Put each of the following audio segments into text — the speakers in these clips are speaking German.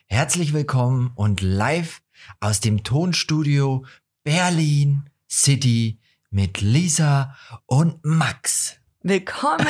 Herzlich willkommen und live aus dem Tonstudio Berlin City mit Lisa und Max. Willkommen.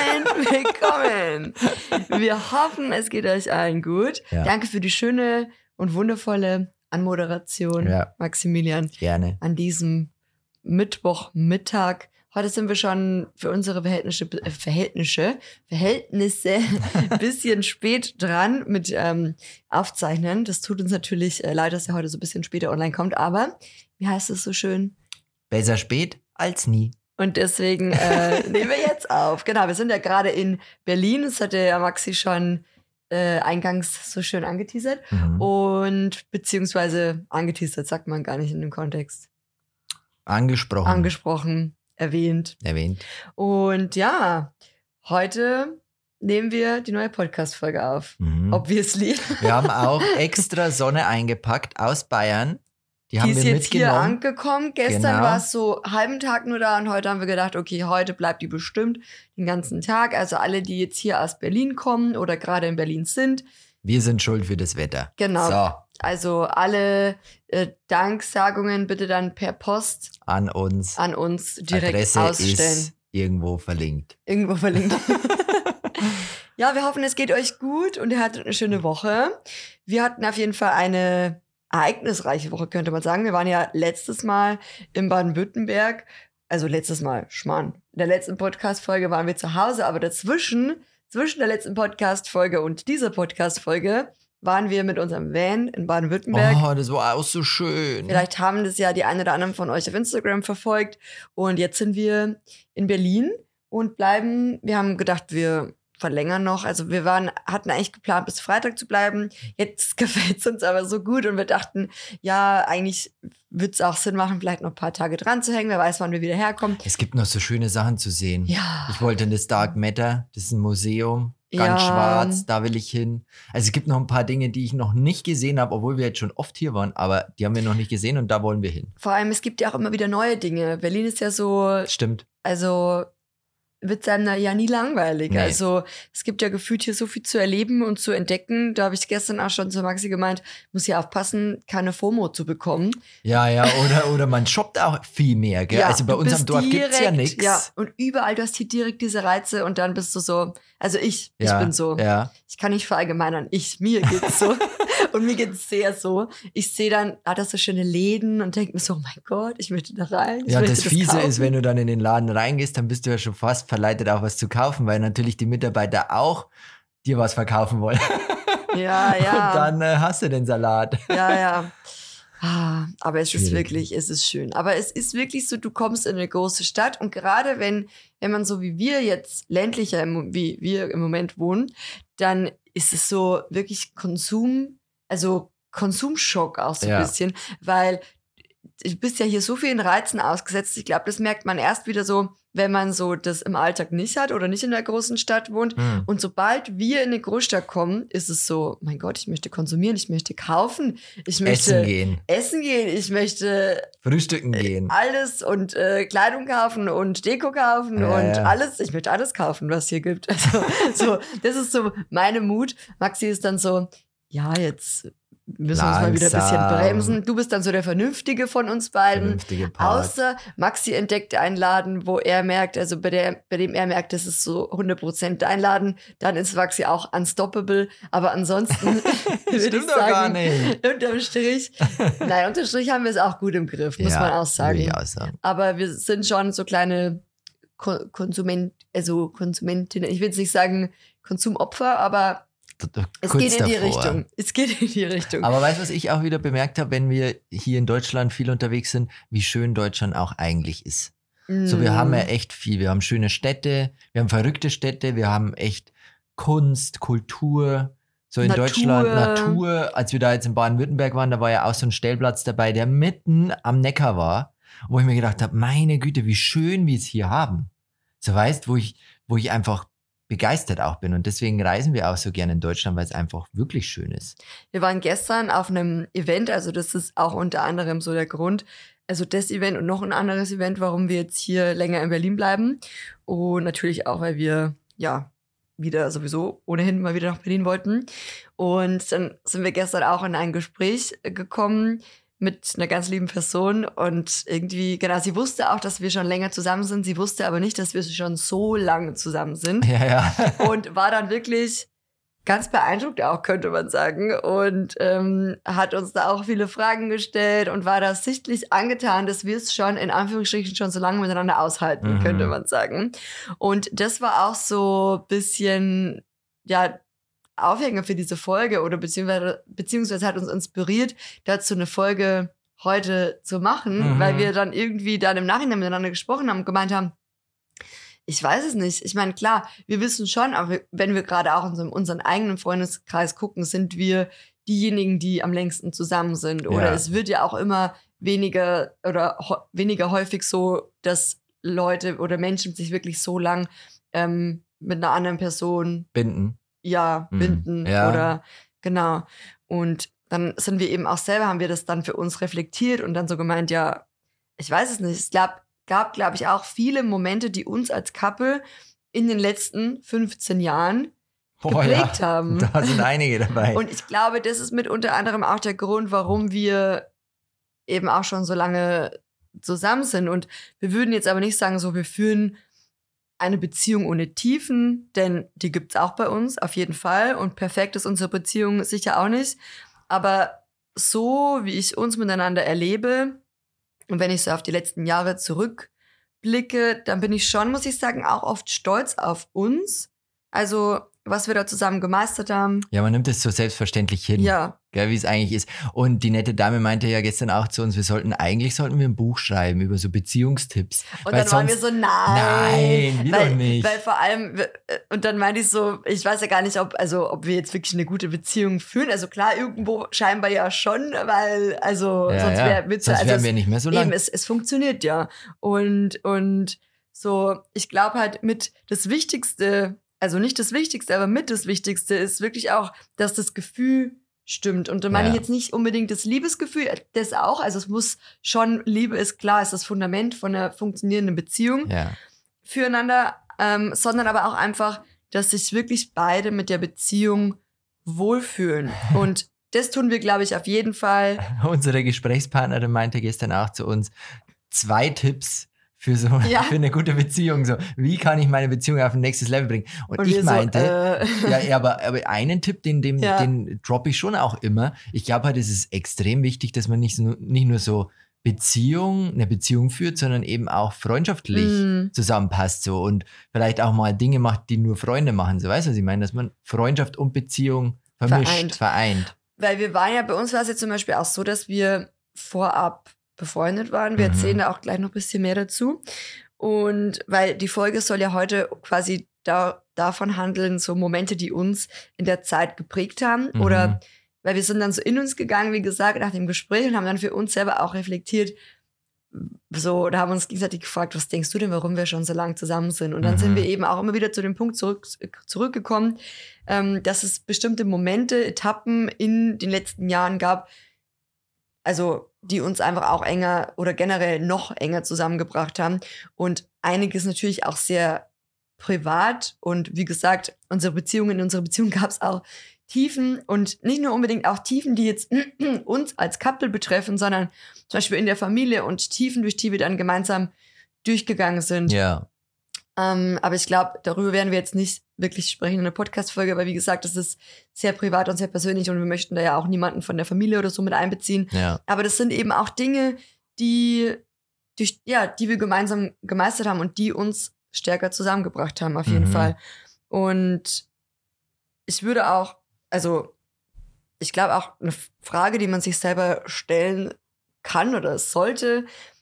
Wir hoffen, es geht euch allen gut. Ja. Danke für die schöne und wundervolle Anmoderation, Maximilian. Gerne. An diesem Mittwochmittag. Heute sind wir schon für unsere Verhältnisse ein bisschen spät dran mit Aufzeichnen. Das tut uns natürlich leid, dass er heute so ein bisschen später online kommt. Aber, wie heißt es so schön? Besser spät als nie. Und deswegen nehmen wir jetzt auf. Genau, wir sind ja gerade in Berlin. Das hatte ja Maxi schon eingangs so schön angeteasert. Und beziehungsweise angeteasert, sagt man gar nicht in dem Kontext. Angesprochen. Erwähnt. Und ja, heute nehmen wir die neue Podcast-Folge auf. Obviously. Wir haben auch extra Sonne eingepackt aus Bayern. Die haben wir mitgenommen. Die ist jetzt hier angekommen. Gestern war es so halben Tag nur da und heute haben wir gedacht, okay, heute bleibt die bestimmt den ganzen Tag. Also alle, die jetzt hier aus Berlin kommen oder gerade in Berlin sind. Wir sind schuld für das Wetter. Genau. So. Also alle Danksagungen bitte dann per Post an uns direkt Adresse ausstellen. Ist irgendwo verlinkt. Ja, wir hoffen, es geht euch gut und ihr hattet eine schöne Woche. Wir hatten auf jeden Fall eine ereignisreiche Woche, könnte man sagen. Wir waren ja letztes Mal in Baden-Württemberg. Also letztes Mal, Schmarrn. In der letzten Podcast-Folge waren wir zu Hause, aber zwischen der letzten Podcast-Folge und dieser Podcast-Folge waren wir mit unserem Van in Baden-Württemberg. Oh, das war auch so schön. Vielleicht haben das ja die einen oder anderen von euch auf Instagram verfolgt. Und jetzt sind wir in Berlin und wir haben gedacht, wir verlängern noch. Also wir hatten eigentlich geplant, bis Freitag zu bleiben. Jetzt gefällt es uns aber so gut und wir dachten, ja, eigentlich würde es auch Sinn machen, vielleicht noch ein paar Tage dran zu hängen. Wer weiß, wann wir wieder herkommen. Es gibt noch so schöne Sachen zu sehen. Ja. Ich wollte in das Dark Matter, das ist ein Museum, ganz schwarz, da will ich hin. Also es gibt noch ein paar Dinge, die ich noch nicht gesehen habe, obwohl wir jetzt schon oft hier waren, aber die haben wir noch nicht gesehen und da wollen wir hin. Vor allem, es gibt ja auch immer wieder neue Dinge. Berlin ist ja so... Stimmt. Also... wird einem ja nie langweilig. Nee. Also es gibt ja gefühlt hier so viel zu erleben und zu entdecken. Da habe ich gestern auch schon zu Maxi gemeint, muss hier aufpassen, keine FOMO zu bekommen. Ja, oder man shoppt auch viel mehr, gell? Ja, also bei uns am Dorf gibt's ja nichts. Ja, und überall, du hast hier direkt diese Reize und dann bist du so, also ich bin so. Ja. Ich kann nicht verallgemeinern, mir geht's so. Und mir geht's sehr so. Ich sehe dann, das so schöne Läden und denke mir so, oh mein Gott, ich möchte da rein. Ja, das Fiese ist, wenn du dann in den Laden reingehst, dann bist du ja schon fast verleitet, auch was zu kaufen, weil natürlich die Mitarbeiter auch dir was verkaufen wollen. Ja. Und dann hast du den Salat. Ja. Aber es ist schön. Aber es ist wirklich so, du kommst in eine große Stadt und gerade wenn man so wie wir jetzt ländlicher, wie wir im Moment wohnen, dann ist es so wirklich Konsumschock auch so ein bisschen, weil du bist ja hier so vielen Reizen ausgesetzt. Ich glaube, das merkt man erst wieder so, wenn man so das im Alltag nicht hat oder nicht in der großen Stadt wohnt. Und sobald wir in eine Großstadt kommen, ist es so, mein Gott, ich möchte konsumieren, ich möchte kaufen, ich möchte essen gehen, ich möchte frühstücken gehen. Alles und Kleidung kaufen und Deko kaufen und alles. Ich möchte alles kaufen, was es hier gibt. Also so, das ist so meine Mut. Maxi ist dann so, ja, jetzt müssen wir uns mal wieder ein bisschen bremsen. Du bist dann so der Vernünftige von uns beiden. Außer Maxi entdeckt einen Laden, wo er merkt, also bei dem er merkt, das ist so 100% dein Laden, dann ist Maxi auch unstoppable. Aber ansonsten würde ich sagen, gar nicht. unterm Strich haben wir es auch gut im Griff, muss man auch sagen. Würde ich auch sagen. Aber wir sind schon so kleine Konsumentinnen, ich will jetzt nicht sagen Konsumopfer, aber es geht in die Richtung. Aber weißt du, was ich auch wieder bemerkt habe, wenn wir hier in Deutschland viel unterwegs sind, wie schön Deutschland auch eigentlich ist. So, wir haben ja echt viel. Wir haben schöne Städte, wir haben verrückte Städte, wir haben echt Kunst, Kultur, so in Deutschland Natur. Als wir da jetzt in Baden-Württemberg waren, da war ja auch so ein Stellplatz dabei, der mitten am Neckar war, wo ich mir gedacht habe, meine Güte, wie schön wir es hier haben. So, weißt, wo ich einfach begeistert auch bin. Und deswegen reisen wir auch so gerne in Deutschland, weil es einfach wirklich schön ist. Wir waren gestern auf einem Event, also das ist auch unter anderem so der Grund, also das Event und noch ein anderes Event, warum wir jetzt hier länger in Berlin bleiben. Und natürlich auch, weil wir, wieder sowieso ohnehin mal wieder nach Berlin wollten. Und dann sind wir gestern auch in ein Gespräch gekommen mit einer ganz lieben Person. Und irgendwie, genau, sie wusste auch, dass wir schon länger zusammen sind. Sie wusste aber nicht, dass wir schon so lange zusammen sind. Ja. Und war dann wirklich ganz beeindruckt auch, könnte man sagen. Und hat uns da auch viele Fragen gestellt und war da sichtlich angetan, dass wir es schon, in Anführungsstrichen, schon so lange miteinander aushalten, könnte man sagen. Und das war auch so ein bisschen, ja, Aufhänger für diese Folge oder beziehungsweise hat uns inspiriert, dazu eine Folge heute zu machen, weil wir dann irgendwie dann im Nachhinein miteinander gesprochen haben und gemeint haben, ich weiß es nicht. Ich meine, klar, wir wissen schon, aber wenn wir gerade auch in unseren eigenen Freundeskreis gucken, sind wir diejenigen, die am längsten zusammen sind. Oder es wird ja auch immer weniger weniger häufig so, dass Leute oder Menschen sich wirklich so lang mit einer anderen Person binden. Ja, binden oder genau. Und dann sind wir eben auch selber, haben wir das dann für uns reflektiert und dann so gemeint, ja, ich weiß es nicht. Es gab, glaube ich, auch viele Momente, die uns als Couple in den letzten 15 Jahren geprägt haben. Da sind einige dabei. Und ich glaube, das ist mit unter anderem auch der Grund, warum wir eben auch schon so lange zusammen sind. Und wir würden jetzt aber nicht sagen, so wir führen eine Beziehung ohne Tiefen, denn die gibt's auch bei uns, auf jeden Fall. Und perfekt ist unsere Beziehung sicher auch nicht. Aber so, wie ich uns miteinander erlebe, und wenn ich so auf die letzten Jahre zurückblicke, dann bin ich schon, muss ich sagen, auch oft stolz auf uns. Also, was wir da zusammen gemeistert haben. Ja, man nimmt es so selbstverständlich hin, gell, wie es eigentlich ist. Und die nette Dame meinte ja gestern auch zu uns, wir sollten wir ein Buch schreiben über so Beziehungstipps. Und dann waren wir so, nein, doch nicht. Weil vor allem, und dann meinte ich so, ich weiß ja gar nicht, ob wir jetzt wirklich eine gute Beziehung führen. Also klar, irgendwo scheinbar ja schon, weil, also sonst wären wir nicht mehr so lang. Eben, es funktioniert ja. Und so, ich glaube halt mit das Wichtigste, also nicht das Wichtigste, aber mit das Wichtigste ist wirklich auch, dass das Gefühl stimmt. Und da meine ich jetzt nicht unbedingt das Liebesgefühl, das auch. Also es muss schon, Liebe ist klar, ist das Fundament von einer funktionierenden Beziehung füreinander, sondern aber auch einfach, dass sich wirklich beide mit der Beziehung wohlfühlen. Und das tun wir, glaube ich, auf jeden Fall. Unsere Gesprächspartnerin meinte gestern auch zu uns, 2 Tipps für für eine gute Beziehung. So, wie kann ich meine Beziehung auf ein nächstes Level bringen? Und ich meinte, aber einen Tipp, den droppe ich schon auch immer. Ich glaube halt, es ist extrem wichtig, dass man nicht nur so eine Beziehung führt, sondern eben auch freundschaftlich zusammenpasst so und vielleicht auch mal Dinge macht, die nur Freunde machen. So, weißt du, was ich meine? Dass man Freundschaft und Beziehung vereint. Weil bei uns war es jetzt zum Beispiel auch so, dass wir vorab befreundet waren. Wir erzählen da auch gleich noch ein bisschen mehr dazu. Und weil die Folge soll ja heute quasi davon handeln, so Momente, die uns in der Zeit geprägt haben. Oder weil wir sind dann so in uns gegangen, wie gesagt, nach dem Gespräch und haben dann für uns selber auch reflektiert, so, oder haben uns gegenseitig gefragt, was denkst du denn, warum wir schon so lange zusammen sind? Und dann sind wir eben auch immer wieder zu dem Punkt zurückgekommen, dass es bestimmte Momente, Etappen in den letzten Jahren gab, also die uns einfach auch enger oder generell noch enger zusammengebracht haben. Und einiges natürlich auch sehr privat. Und wie gesagt, in unserer Beziehung gab es auch Tiefen und nicht nur unbedingt auch Tiefen, die jetzt uns als Couple betreffen, sondern zum Beispiel in der Familie und Tiefen, durch die wir dann gemeinsam durchgegangen sind. Ja. Aber ich glaube, darüber werden wir jetzt nicht wirklich sprechen in der Podcast-Folge, weil wie gesagt, das ist sehr privat und sehr persönlich und wir möchten da ja auch niemanden von der Familie oder so mit einbeziehen. Ja. Aber das sind eben auch Dinge, die wir gemeinsam gemeistert haben und die uns stärker zusammengebracht haben, auf jeden Fall. Und ich würde auch, also ich glaube auch eine Frage, die man sich selber stellen kann oder sollte,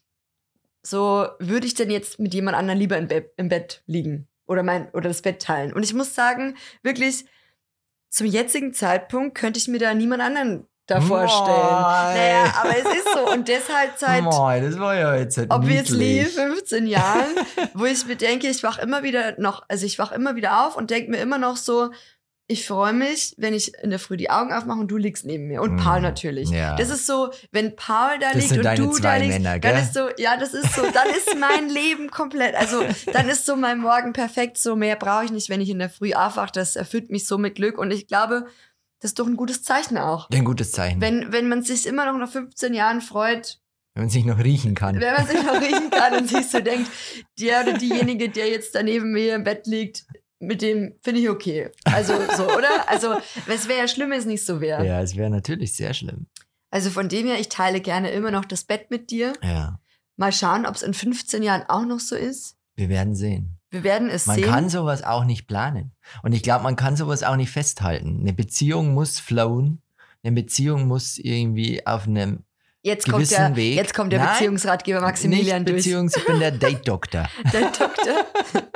so, würde ich denn jetzt mit jemand anderem lieber im Bett liegen oder das Bett teilen? Und ich muss sagen, wirklich, zum jetzigen Zeitpunkt könnte ich mir da niemand anderen da vorstellen. Naja, aber es ist so. Und deshalb seit, das war ja jetzt halt obviously, 15 Jahren, wo ich mir denke, ich wach immer wieder auf und denke mir immer noch so, ich freue mich, wenn ich in der Früh die Augen aufmache und du liegst neben mir. Und Paul natürlich. Ja. Das ist so, wenn Paul da Das liegt sind und deine du da zwei liegst, Männer, dann gell? ist so, ja, das ist so, dann ist mein Leben komplett, also dann ist so mein Morgen perfekt, so mehr brauche ich nicht, wenn ich in der Früh aufwache, das erfüllt mich so mit Glück und ich glaube, das ist doch ein gutes Zeichen auch. Ein gutes Zeichen. Wenn man sich immer noch nach 15 Jahren freut, Wenn man sich noch riechen kann. wenn man sich noch riechen kann und sich so denkt, der oder diejenige, der jetzt da neben mir im Bett liegt, mit dem finde ich okay. Also so, oder? Also es wäre ja schlimm, wenn es nicht so wäre. Ja, es wäre natürlich sehr schlimm. Also von dem her, ich teile gerne immer noch das Bett mit dir. Ja, Mal schauen, ob es in 15 Jahren auch noch so ist. wir werden sehen. Wir werden es Man sehen. kann sowas auch nicht planen. Und ich glaube, man kann sowas auch nicht festhalten. Eine Beziehung muss flowen. Eine Beziehung muss irgendwie auf einem gewissen Weg. Jetzt kommt der Nein, Beziehungsratgeber Maximilian nicht durch. Ich bin der Date-Doktor. Der Doktor.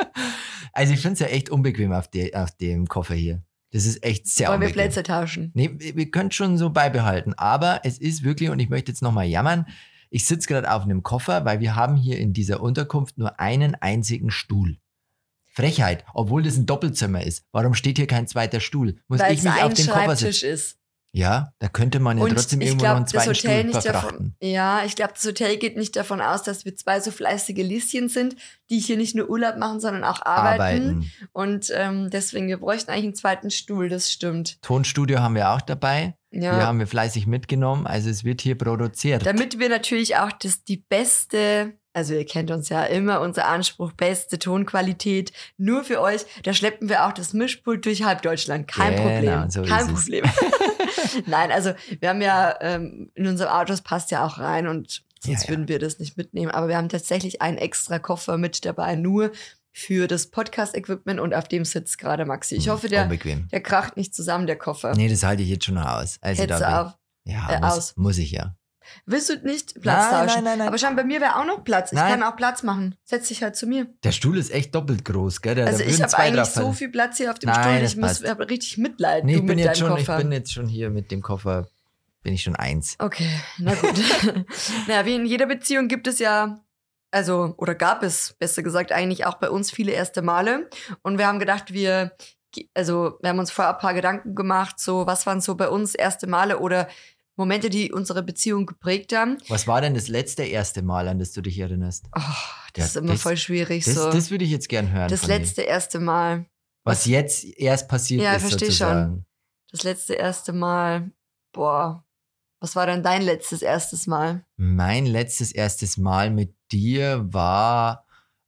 Also ich finde es ja echt unbequem auf dem Koffer hier. Das ist echt sehr Wollen wir unbequem. Plätze tauschen? Nee, wir können es schon so beibehalten. Aber es ist wirklich, und ich möchte jetzt nochmal jammern, ich sitze gerade auf einem Koffer, weil wir haben hier in dieser Unterkunft nur einen einzigen Stuhl. Frechheit, obwohl das ein Doppelzimmer ist. Warum steht hier kein zweiter Stuhl? Muss Weil ich es mich auf ein den Koffer Schreibtisch setzen? ist. Ja, da könnte man ja Und trotzdem ich irgendwo noch glaube, einen das zweiten Hotel Stuhl nicht verfrachten. davon. Ja, ich glaube, das Hotel geht nicht davon aus, dass wir zwei so fleißige Lieschen sind, die hier nicht nur Urlaub machen, sondern auch arbeiten. Und deswegen, wir bräuchten eigentlich einen zweiten Stuhl, das stimmt. Tonstudio haben wir auch dabei. Ja. Die haben wir fleißig mitgenommen. Also es wird hier produziert. Damit wir natürlich auch die beste, also ihr kennt uns ja immer, unser Anspruch, beste Tonqualität, nur für euch, da schleppen wir auch das Mischpult durch halb Deutschland. Kein Genau, Problem. so Kein ist es. Problem. Nein, also wir haben ja, in unserem Auto, das passt ja auch rein und sonst würden wir das nicht mitnehmen. Aber wir haben tatsächlich einen extra Koffer mit dabei, nur für das Podcast-Equipment und auf dem sitzt gerade Maxi. Ich hoffe, der kracht nicht zusammen, der Koffer. Nee, das halte ich jetzt schon noch aus. Also Hältst du auf? Ja, muss ich ja. Willst du nicht Platz tauschen? Nein. Aber schon bei mir wäre auch noch Platz. Ich kann auch Platz machen. Setz dich halt zu mir. Der Stuhl ist echt doppelt groß, gell? Also ich habe eigentlich so viel Platz hier auf dem Stuhl. Ich habe richtig Mitleid, nee, du mit deinem Koffer. Ich bin jetzt schon hier mit dem Koffer, bin ich schon 1. Okay, na gut. Naja, wie in jeder Beziehung gibt es ja, also, oder gab es, besser gesagt, eigentlich auch bei uns viele erste Male. Und wir haben gedacht, wir haben uns vorher ein paar Gedanken gemacht, so, was waren so bei uns erste Male oder Momente, die unsere Beziehung geprägt haben. Was war denn das letzte erste Mal, an das du dich erinnerst? Oh, das ist immer voll schwierig. Das würde ich jetzt gern hören. Das letzte erste Mal. Was jetzt erst passiert ist, Ja, verstehe schon. Das letzte erste Mal. Boah. Was war denn dein letztes erstes Mal? Mein letztes erstes Mal mit dir war,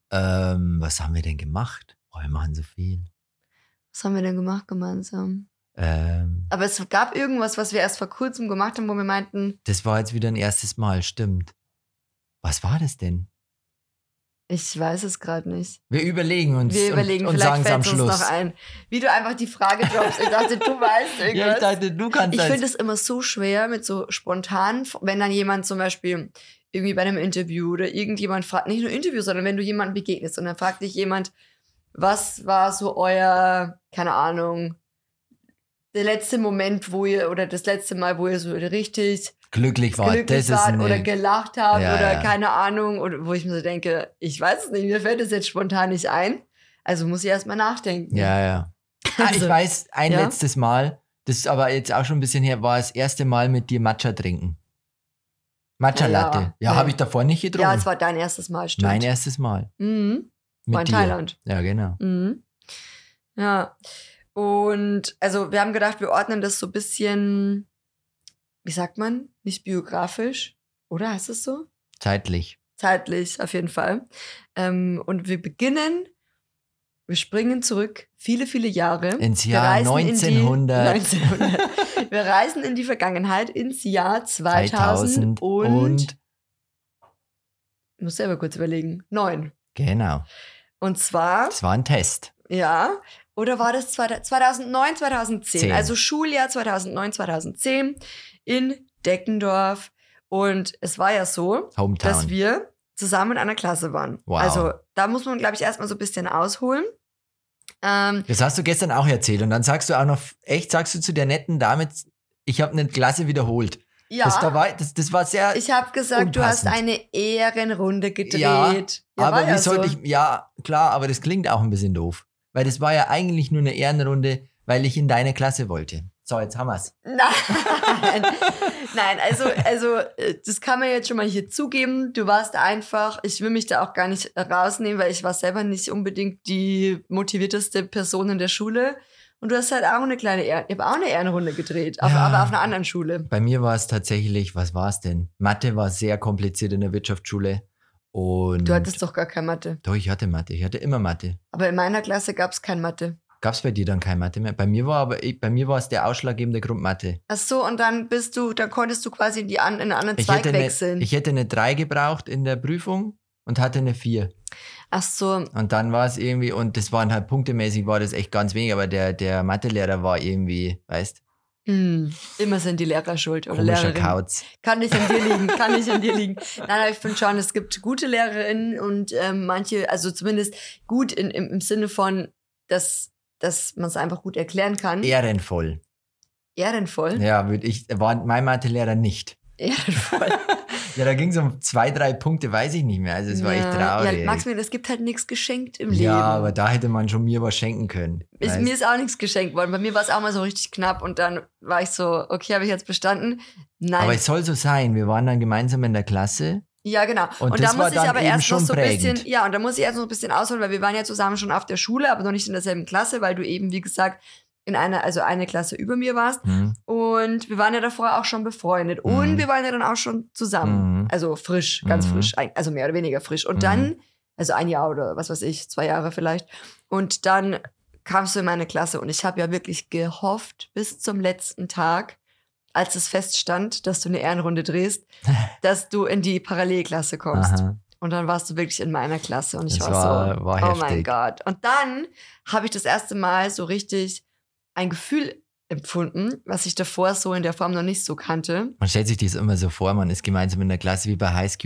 was haben wir denn gemacht? Oh, wir machen so viel. Was haben wir denn gemacht gemeinsam? Aber es gab irgendwas, was wir erst vor kurzem gemacht haben, wo wir meinten... Das war jetzt wieder ein erstes Mal, stimmt. Was war das denn? Ich weiß es gerade nicht. Wir überlegen uns und vielleicht fällt es uns noch ein. Wie du einfach die Frage droppst. Ich dachte, du weißt irgendwas. Ja, ich dachte, du kannst Ich finde es immer so schwer mit so spontan, wenn dann jemand zum Beispiel irgendwie bei einem Interview oder irgendjemand fragt, nicht nur Interview, sondern wenn du jemandem begegnest und dann fragt dich jemand, was war so euer, keine Ahnung, der letzte Moment, oder das letzte Mal, wo ihr so richtig glücklich wart oder gelacht habt oder keine Ahnung, oder wo ich mir so denke, ich weiß es nicht, mir fällt es jetzt spontan nicht ein. Also muss ich erstmal nachdenken. Ja. Ich weiß, letztes Mal, das ist aber jetzt auch schon ein bisschen her, war das erste Mal mit dir Matcha trinken. Matcha-Latte. Ja, habe ich davor nicht getrunken. Ja, es war dein erstes Mal, stimmt. Mein erstes Mal. Mhm. Mit war in dir. Thailand. Ja, genau. Mhm. Ja. Und also wir haben gedacht, wir ordnen das so ein bisschen, wie sagt man, nicht biografisch, oder heißt es so? Zeitlich, auf jeden Fall. Und wir springen zurück viele, viele Jahre. Ins Jahr 1900. Wir reisen in die Vergangenheit, ins Jahr 2000 und ich muss selber kurz überlegen, 9. Genau. Und zwar... Das war ein Test. Ja, oder war das 2009, 2010? 10. Also Schuljahr 2009, 2010 in Deckendorf. Und es war ja so, Hometown. dass wir zusammen in einer Klasse waren. Wow. Also da muss man, glaube ich, erstmal so ein bisschen ausholen. Das hast du gestern auch erzählt. Und dann sagst du auch noch, sagst du zu der netten Dame, ich habe eine Klasse wiederholt. Ja. Das war sehr Ich habe gesagt, unpassend. Du hast eine Ehrenrunde gedreht. Ja, aber war wie sollte ich, ja, klar, aber das klingt auch ein bisschen doof. Weil das war ja eigentlich nur eine Ehrenrunde weil ich in deine Klasse wollte. So, jetzt haben wir's. Nein, also das kann man jetzt schon mal hier zugeben. Du warst einfach, ich will mich da auch gar nicht rausnehmen, weil ich war selber nicht unbedingt die motivierteste Person in der Schule. Und du hast halt auch ich habe auch eine Ehrenrunde gedreht, aber auf einer anderen Schule. Bei mir war es tatsächlich, was war es denn? Mathe war sehr kompliziert in der Wirtschaftsschule. Und du hattest doch gar keine Mathe. Doch, ich hatte Mathe. Ich hatte immer Mathe. Aber in meiner Klasse gab es kein Mathe. Gab es bei dir dann keine Mathe mehr? Bei mir war es der ausschlaggebende Grund Mathe. Ach so, und dann konntest du quasi in einen anderen Zweig wechseln. Ich hätte eine 3 gebraucht in der Prüfung und hatte eine 4. Ach so. Und dann war es irgendwie, und das waren halt punktemäßig, war das echt ganz wenig, aber der Mathelehrer war irgendwie, weißt immer sind die Lehrer schuld oder komischer Lehrerin. Kauz. Kann nicht an dir liegen. Nein, aber ich finde schon, es gibt gute Lehrerinnen und manche, also zumindest gut im Sinne von, dass man es einfach gut erklären kann. Ehrenvoll. Ehrenvoll? Ja, war mein Mathelehrer nicht. Ehrenvoll. Ja, da ging es um 2, 3 Punkte, weiß ich nicht mehr. Also es war echt traurig. Ja, Max, es gibt halt nichts geschenkt im Leben. Ja, aber da hätte man schon mir was schenken können. Mir ist auch nichts geschenkt worden. Bei mir war es auch mal so richtig knapp und dann war ich so, okay, habe ich jetzt bestanden? Nein. Aber es soll so sein. Wir waren dann gemeinsam in der Klasse. Ja, genau. Und da muss ich aber erst noch so ein bisschen, und da muss ich erst noch ein bisschen ausholen, weil wir waren ja zusammen schon auf der Schule, aber noch nicht in derselben Klasse, weil du eben, wie gesagt, in eine Klasse über mir warst. Und wir waren ja davor auch schon befreundet. Und wir waren ja dann auch schon zusammen. Also frisch, ganz frisch. Also mehr oder weniger frisch. Und dann, also 1 Jahr oder was weiß ich, 2 Jahre vielleicht. Und dann kamst du in meine Klasse. Und ich habe ja wirklich gehofft bis zum letzten Tag, als es feststand, dass du eine Ehrenrunde drehst, dass du in die Parallelklasse kommst. Aha. Und dann warst du wirklich in meiner Klasse. Und ich war so, heftig. Oh mein Gott. Und dann habe ich das erste Mal so richtig ein Gefühl empfunden, was ich davor so in der Form noch nicht so kannte. Man stellt sich das immer so vor, man ist gemeinsam in der Klasse wie bei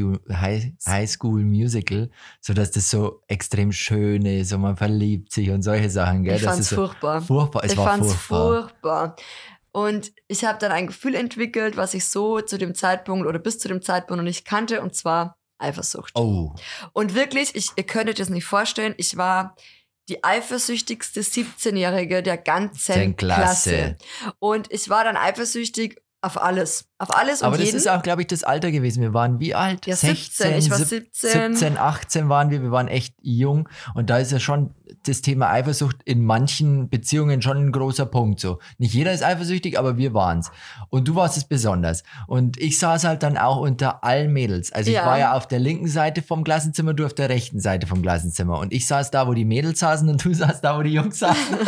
High School Musical, sodass das so extrem schön ist und man verliebt sich und solche Sachen. Gell? Ich fand's furchtbar. Es war furchtbar. Und ich habe dann ein Gefühl entwickelt, was ich so zu dem Zeitpunkt oder bis zu dem Zeitpunkt noch nicht kannte, und zwar Eifersucht. Oh. Und wirklich, ihr könntet es nicht vorstellen, ich war die eifersüchtigste 17-Jährige der ganzen Klasse. Und ich war dann eifersüchtig auf alles. Auf alles und aber jeden. Das ist auch, glaube ich, das Alter gewesen. Wir waren wie alt? Ja, 17. Ich war 17. 17, 18 waren wir. Wir waren echt jung. Und da ist ja schon das Thema Eifersucht in manchen Beziehungen schon ein großer Punkt. So. Nicht jeder ist eifersüchtig, aber wir waren's. Und du warst es besonders. Und ich saß halt dann auch unter allen Mädels. Also ich war ja auf der linken Seite vom Klassenzimmer, du auf der rechten Seite vom Klassenzimmer. Und ich saß da, wo die Mädels saßen, und du saßt da, wo die Jungs saßen.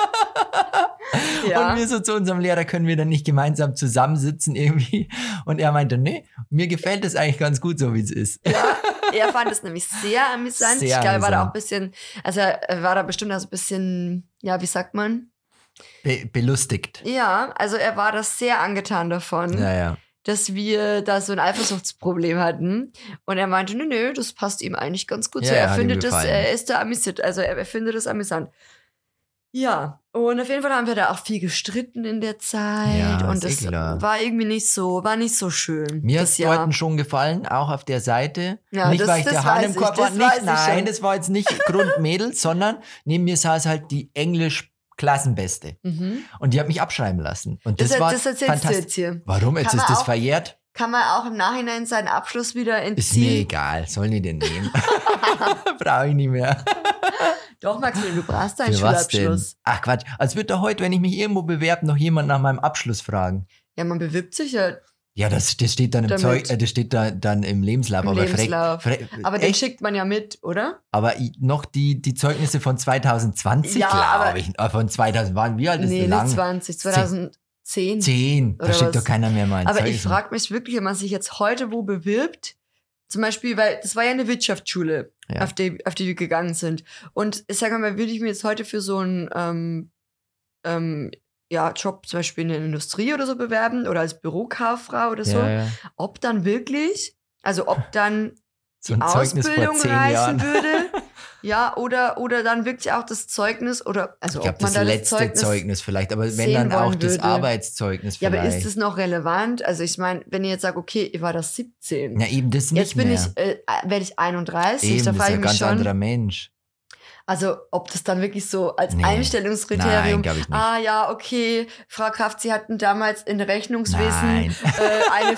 Ja. Und wir so zu unserem Lehrer, können wir dann nicht gemeinsam zusammensitzen irgendwie? Und er meinte, nee, mir gefällt das eigentlich ganz gut, so wie es ist. Ja, er fand es nämlich sehr amüsant. Ich glaube, er war da auch ein bisschen, also er war da bestimmt auch so ein bisschen, ja, wie sagt man? Belustigt. Ja, also er war das sehr angetan davon. Ja. Dass wir da so ein Eifersuchtsproblem hatten. Und er meinte, nö, das passt ihm eigentlich ganz gut. Ja, so, er findet das, er ist da amüsiert, also er findet das amüsant. Ja, und auf jeden Fall haben wir da auch viel gestritten in der Zeit. Ja, und das war irgendwie nicht so schön. Mir hat es Leuten schon gefallen, auch auf der Seite. Ja, nicht, weil ich der Hahn im Kopf war. Nein, das war jetzt nicht Grund Mädels, sondern neben mir saß halt die Englisch-Klassenbeste. Und die hat mich abschreiben lassen. Und das war fantastisch. Warum? Jetzt ist das verjährt. Kann man auch im Nachhinein seinen Abschluss wieder entziehen? Ist mir egal. Sollen die den nehmen? Brauche ich nicht mehr. Doch, Maximilian, du brauchst deinen Schulabschluss. Ach Quatsch, als würde da heute, wenn ich mich irgendwo bewerbe, noch jemand nach meinem Abschluss fragen. Ja, man bewirbt sich ja. Ja, das steht dann im das steht da dann im Lebenslauf. Aber den schickt man ja mit, oder? Aber noch die Zeugnisse von 2020, ja, glaube ich. Von 2000 waren wie alt ist das lang? Nicht 2010. 10, da schickt doch keiner mehr mal ein Aber Zeugnis. Ich frage mich wirklich, wenn man sich jetzt heute wo bewirbt, zum Beispiel, weil das war ja eine Wirtschaftsschule, auf die wir gegangen sind. Und ich sage mal, würde ich mir jetzt heute für so einen Job zum Beispiel in der Industrie oder so bewerben oder als Bürokauffrau oder so, ob dann wirklich, also ob dann so die ein Zeugnis Ausbildung vor 10 reichen Jahren. würde, ja, oder dann wirklich auch das Zeugnis oder, also ich glaube, ob man das da letzte Zeugnis vielleicht, aber wenn dann auch das Arbeitszeugnis vielleicht. Ja, aber ist das noch relevant? Also ich meine, wenn ihr jetzt sagt, okay, ihr war das 17. Ja, eben das nicht jetzt mehr. Jetzt werde ich 31, eben, da frage ich mich schon. Das ist ein ganz anderer Mensch. Also ob das dann wirklich so als Nee. Einstellungskriterium, Nein, glaub ich nicht. ja, okay, Frau Kraft, Sie hatten damals in Rechnungswesen Nein. eine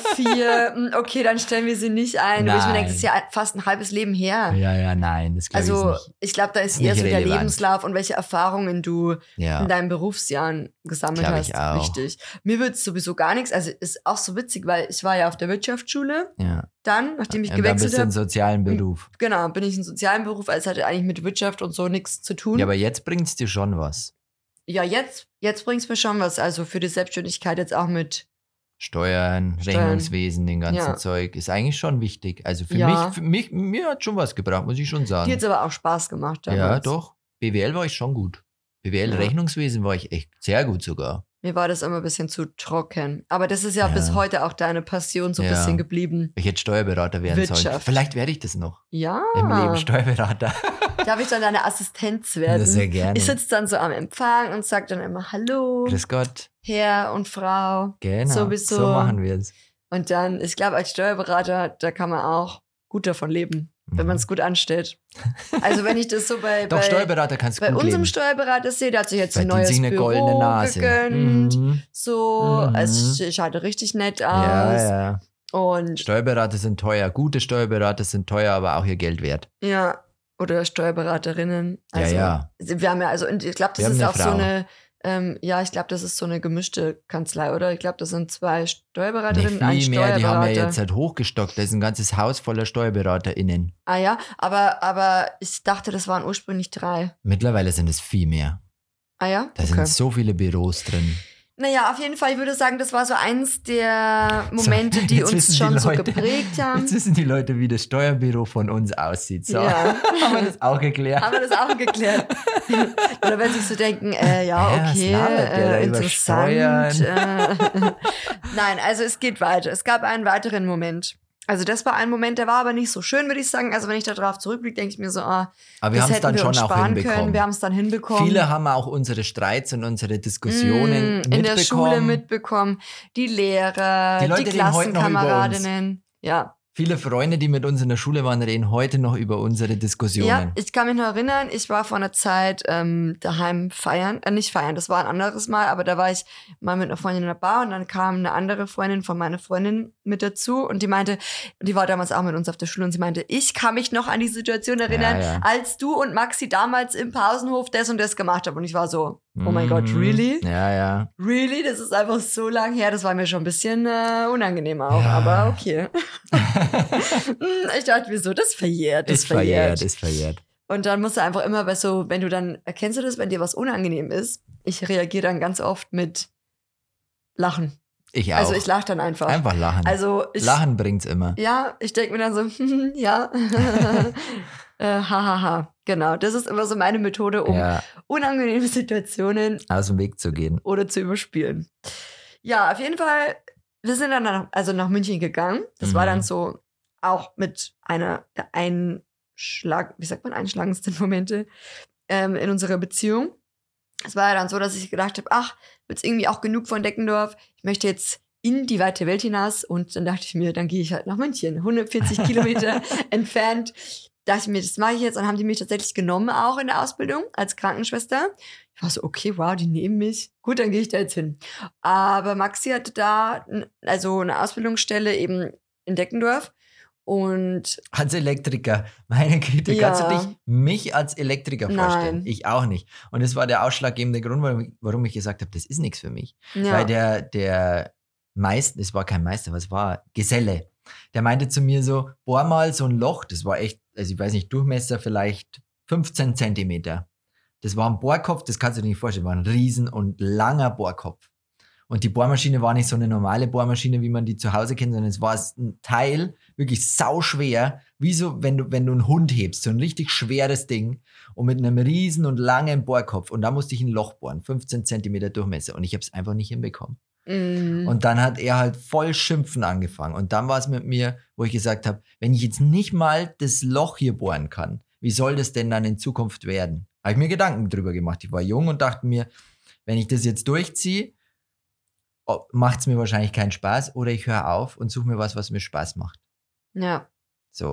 4, okay, dann stellen wir sie nicht ein. Wo ich mir denke, das ist ja fast ein halbes Leben her. Ja, nein, das glaube Also ich nicht. ich glaube, da ist Ist eher nicht so der relevant. Lebenslauf und welche Erfahrungen du Ja. in deinen Berufsjahren gesammelt Glaub hast, ich auch. wichtig. Mir wird sowieso gar nichts, also ist auch so witzig, weil ich war ja auf der Wirtschaftsschule, Ja. dann, nachdem ich Und dann bist gewechselt du im habe, sozialen Beruf. genau, bin ich in sozialen Beruf, also es hatte eigentlich mit Wirtschaft und so nichts zu tun. Ja, aber jetzt bringt es dir schon was. Ja, jetzt bringt es mir schon was, also für die Selbstständigkeit jetzt auch mit. Steuern, Rechnungswesen, den ganzen Ja. Zeug, ist eigentlich schon wichtig. Also Ja. mir hat schon was gebracht, muss ich schon sagen. Die hat aber auch Spaß gemacht damals. Ja, doch. BWL war ich schon gut. BWL, Ja. Rechnungswesen war ich echt sehr gut sogar. Mir war das immer ein bisschen zu trocken. Aber das ist ja, Ja. bis heute auch deine Passion so ein Ja. bisschen geblieben. Ich hätte Steuerberater werden sollen. Wirtschaft. Vielleicht werde ich das noch. Ja. Im Leben Steuerberater. Darf ich dann deine Assistenz werden? Sehr gerne. Ich sitze dann so am Empfang und sage dann immer Hallo, Grüß Gott. Herr und Frau. Genau. Sowieso. So machen wir es. Und dann, ich glaube, als Steuerberater, da kann man auch gut davon leben, wenn man es gut anstellt. Also wenn ich das so Doch, Steuerberater kannst du bei gut unserem leben. Steuerberater sehe, der hat sich jetzt ein Verdient neues sich eine Büro goldene Nase. gegönnt. Mhm. So, Mhm. es schaut richtig nett aus. Ja. Und Steuerberater sind teuer. Gute Steuerberater sind teuer, aber auch ihr Geld wert. ja, oder Steuerberaterinnen. Also, Ja. Wir haben ja, also, und ich glaube, das Wir haben ist eine auch so Frau. eine, ich glaube, das ist so eine gemischte Kanzlei, oder? Ich glaube, das sind 2 Nee, Steuerberaterinnen und ein viel mehr, die Steuerberater. haben ja jetzt halt hochgestockt. Da ist ein ganzes Haus voller SteuerberaterInnen. Ah ja, aber ich dachte, das waren ursprünglich 3. Mittlerweile sind es viel mehr. Ah ja? Da sind so viele Büros drin. Naja, auf jeden Fall, ich würde sagen, das war so eins der Momente, die jetzt uns wissen die schon so Leute- geprägt haben. Jetzt wissen die Leute, wie das Steuerbüro von uns aussieht. So, Ja. haben wir das auch geklärt. Haben wir das auch geklärt? Oder wenn sie so denken, was okay, labert der da über interessant. Steuern? Nein, also es geht weiter. Es gab einen weiteren Moment. Also das war ein Moment, der war aber nicht so schön, würde ich sagen. Also wenn ich da drauf zurückblicke, denke ich mir so, Aber wir das haben es hätten dann wir schon uns auch sparen hinbekommen. können. Wir haben es dann hinbekommen. Viele haben auch unsere Streits und unsere Diskussionen in der Schule mitbekommen. mitbekommen. Die Lehrer, Die Leute die reden heute noch über uns. Klassenkameradinnen. Ja. Viele Freunde, die mit uns in der Schule waren, reden heute noch über unsere Diskussionen. Ja, ich kann mich noch erinnern, ich war vor einer Zeit daheim feiern, nicht feiern, das war ein anderes Mal, aber da war ich mal mit einer Freundin in der Bar und dann kam eine andere Freundin von meiner Freundin mit dazu und die meinte, die war damals auch mit uns auf der Schule und sie meinte, ich kann mich noch an die Situation erinnern, Ja. als du und Maxi damals im Pausenhof das und das gemacht haben und ich war so, oh mein Gott, really? Ja. Really? Das ist einfach so lang her, das war mir schon ein bisschen unangenehm auch, Ja. aber okay. Ich dachte mir so, das verjährt, das Ist verjährt. und dann musst du einfach immer bei so, wenn du dann, erkennst du das, wenn dir was unangenehm ist? Ich reagiere dann ganz oft mit Lachen. Ich auch. Also ich lache dann einfach. Einfach lachen. Also ich, Lachen bringt's immer. ja, ich denke mir dann so, ja, hahaha. Genau, das ist immer so meine Methode, um Ja, unangenehme Situationen aus dem Weg zu gehen. oder zu überspielen. Ja, auf jeden Fall, wir sind dann nach München gegangen. Das war dann so auch mit einer der einschlagendsten Momente in unserer Beziehung. Es war ja dann so, dass ich gedacht habe, ach, jetzt irgendwie auch genug von Deckendorf. Ich möchte jetzt in die weite Welt hinaus. Und dann dachte ich mir, dann gehe ich halt nach München, 140 Kilometer entfernt. Dachte ich mir, das mache ich jetzt. Und haben die mich tatsächlich genommen, auch in der Ausbildung als Krankenschwester. Ich war so, okay, wow, die nehmen mich. Gut, dann gehe ich da jetzt hin. Aber Maxi hatte da also eine Ausbildungsstelle eben in Deckendorf. Und Als Elektriker, meine Güte, Ja. kannst du dich mich als Elektriker vorstellen? Nein. Ich auch nicht. Und das war der ausschlaggebende Grund, warum ich gesagt habe, das ist nichts für mich. ja, Weil der Meister, es war kein Meister, was war? Geselle. Der meinte zu mir so, bohr mal so ein Loch, das war echt, also ich weiß nicht, Durchmesser vielleicht 15 Zentimeter. Das war ein Bohrkopf, das kannst du dir nicht vorstellen, war ein riesen und langer Bohrkopf. Und die Bohrmaschine war nicht so eine normale Bohrmaschine, wie man die zu Hause kennt, sondern es war ein Teil, wirklich sauschwer, wie so, wenn du einen Hund hebst, so ein richtig schweres Ding und mit einem riesen und langen Bohrkopf. Und da musste ich ein Loch bohren, 15 Zentimeter Durchmesser. Und ich habe es einfach nicht hinbekommen. Und dann hat er halt voll schimpfen angefangen. Und dann war es mit mir, wo ich gesagt habe, wenn ich jetzt nicht mal das Loch hier bohren kann, wie soll das denn dann in Zukunft werden? Habe ich mir Gedanken drüber gemacht. Ich war jung und dachte mir, wenn ich das jetzt durchziehe, macht es mir wahrscheinlich keinen Spaß oder ich höre auf und suche mir was mir Spaß macht. ja. So.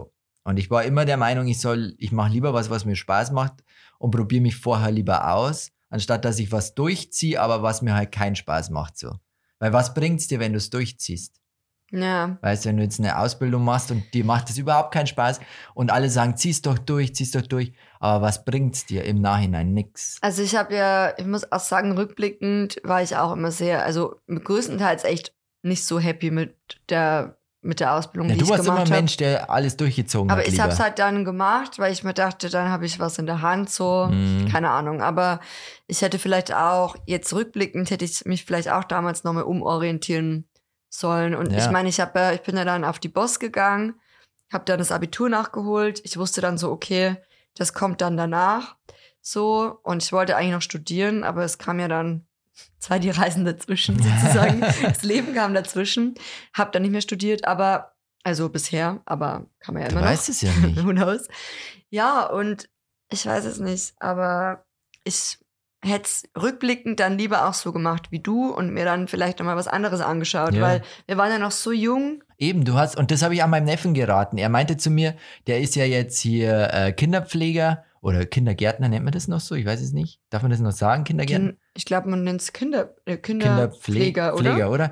Und ich war immer der Meinung, ich mache lieber was mir Spaß macht und probiere mich vorher lieber aus, anstatt dass ich was durchziehe, aber was mir halt keinen Spaß macht so. Weil was bringt's dir, wenn du es durchziehst? Ja. Weißt du, wenn du jetzt eine Ausbildung machst und dir macht es überhaupt keinen Spaß und alle sagen, zieh's doch durch, aber was bringt's dir im Nachhinein? Nix. Also ich muss auch sagen, rückblickend war ich auch immer also größtenteils echt nicht so happy mit der Ausbildung, die ich gemacht habe. Du warst immer ein Mensch, der alles durchgezogen hat. Aber ich habe es halt dann gemacht, weil ich mir dachte, dann habe ich was in der Hand, so, keine Ahnung. Aber ich hätte vielleicht auch, jetzt rückblickend, hätte ich mich vielleicht auch damals nochmal umorientieren sollen. Und ich meine, ich bin ja dann auf die BOS gegangen, habe dann das Abitur nachgeholt. Ich wusste dann so, okay, das kommt dann danach. So, und ich wollte eigentlich noch studieren, aber es kam ja dann die Reisen dazwischen sozusagen. Das Leben kam dazwischen. Hab dann nicht mehr studiert, also bisher, aber kann man ja immer noch. Du weißt es ja nicht. Who knows? Ja, und ich weiß es nicht, aber ich hätte es rückblickend dann lieber auch so gemacht wie du und mir dann vielleicht nochmal was anderes angeschaut, weil wir waren ja noch so jung. Eben, und das habe ich auch meinem Neffen geraten. Er meinte zu mir, der ist ja jetzt hier Kinderpfleger oder Kindergärtner, nennt man das noch so? Ich weiß es nicht. Darf man das noch sagen, Kindergärtner? Ich glaube, man nennt es Kinderpfleger, oder?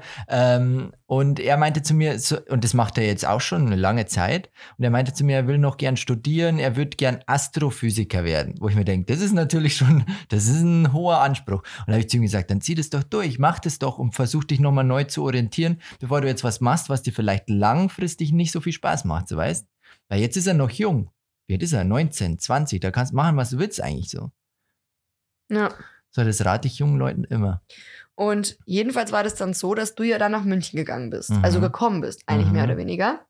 Und er meinte zu mir, und das macht er jetzt auch schon eine lange Zeit, und er meinte zu mir, er will noch gern studieren, er würde gern Astrophysiker werden. Wo ich mir denke, das ist natürlich das ist ein hoher Anspruch. Und da habe ich zu ihm gesagt, dann zieh das doch durch, mach das doch und versuch dich nochmal neu zu orientieren, bevor du jetzt was machst, was dir vielleicht langfristig nicht so viel Spaß macht, so weißt? Weil jetzt ist er noch jung. Wie alt ist er? 19, 20, da kannst du machen, was du willst eigentlich so. Ja. So, das rate ich jungen Leuten immer. Und jedenfalls war das dann so, dass du ja dann nach München gegangen bist. Also gekommen bist, eigentlich mehr oder weniger.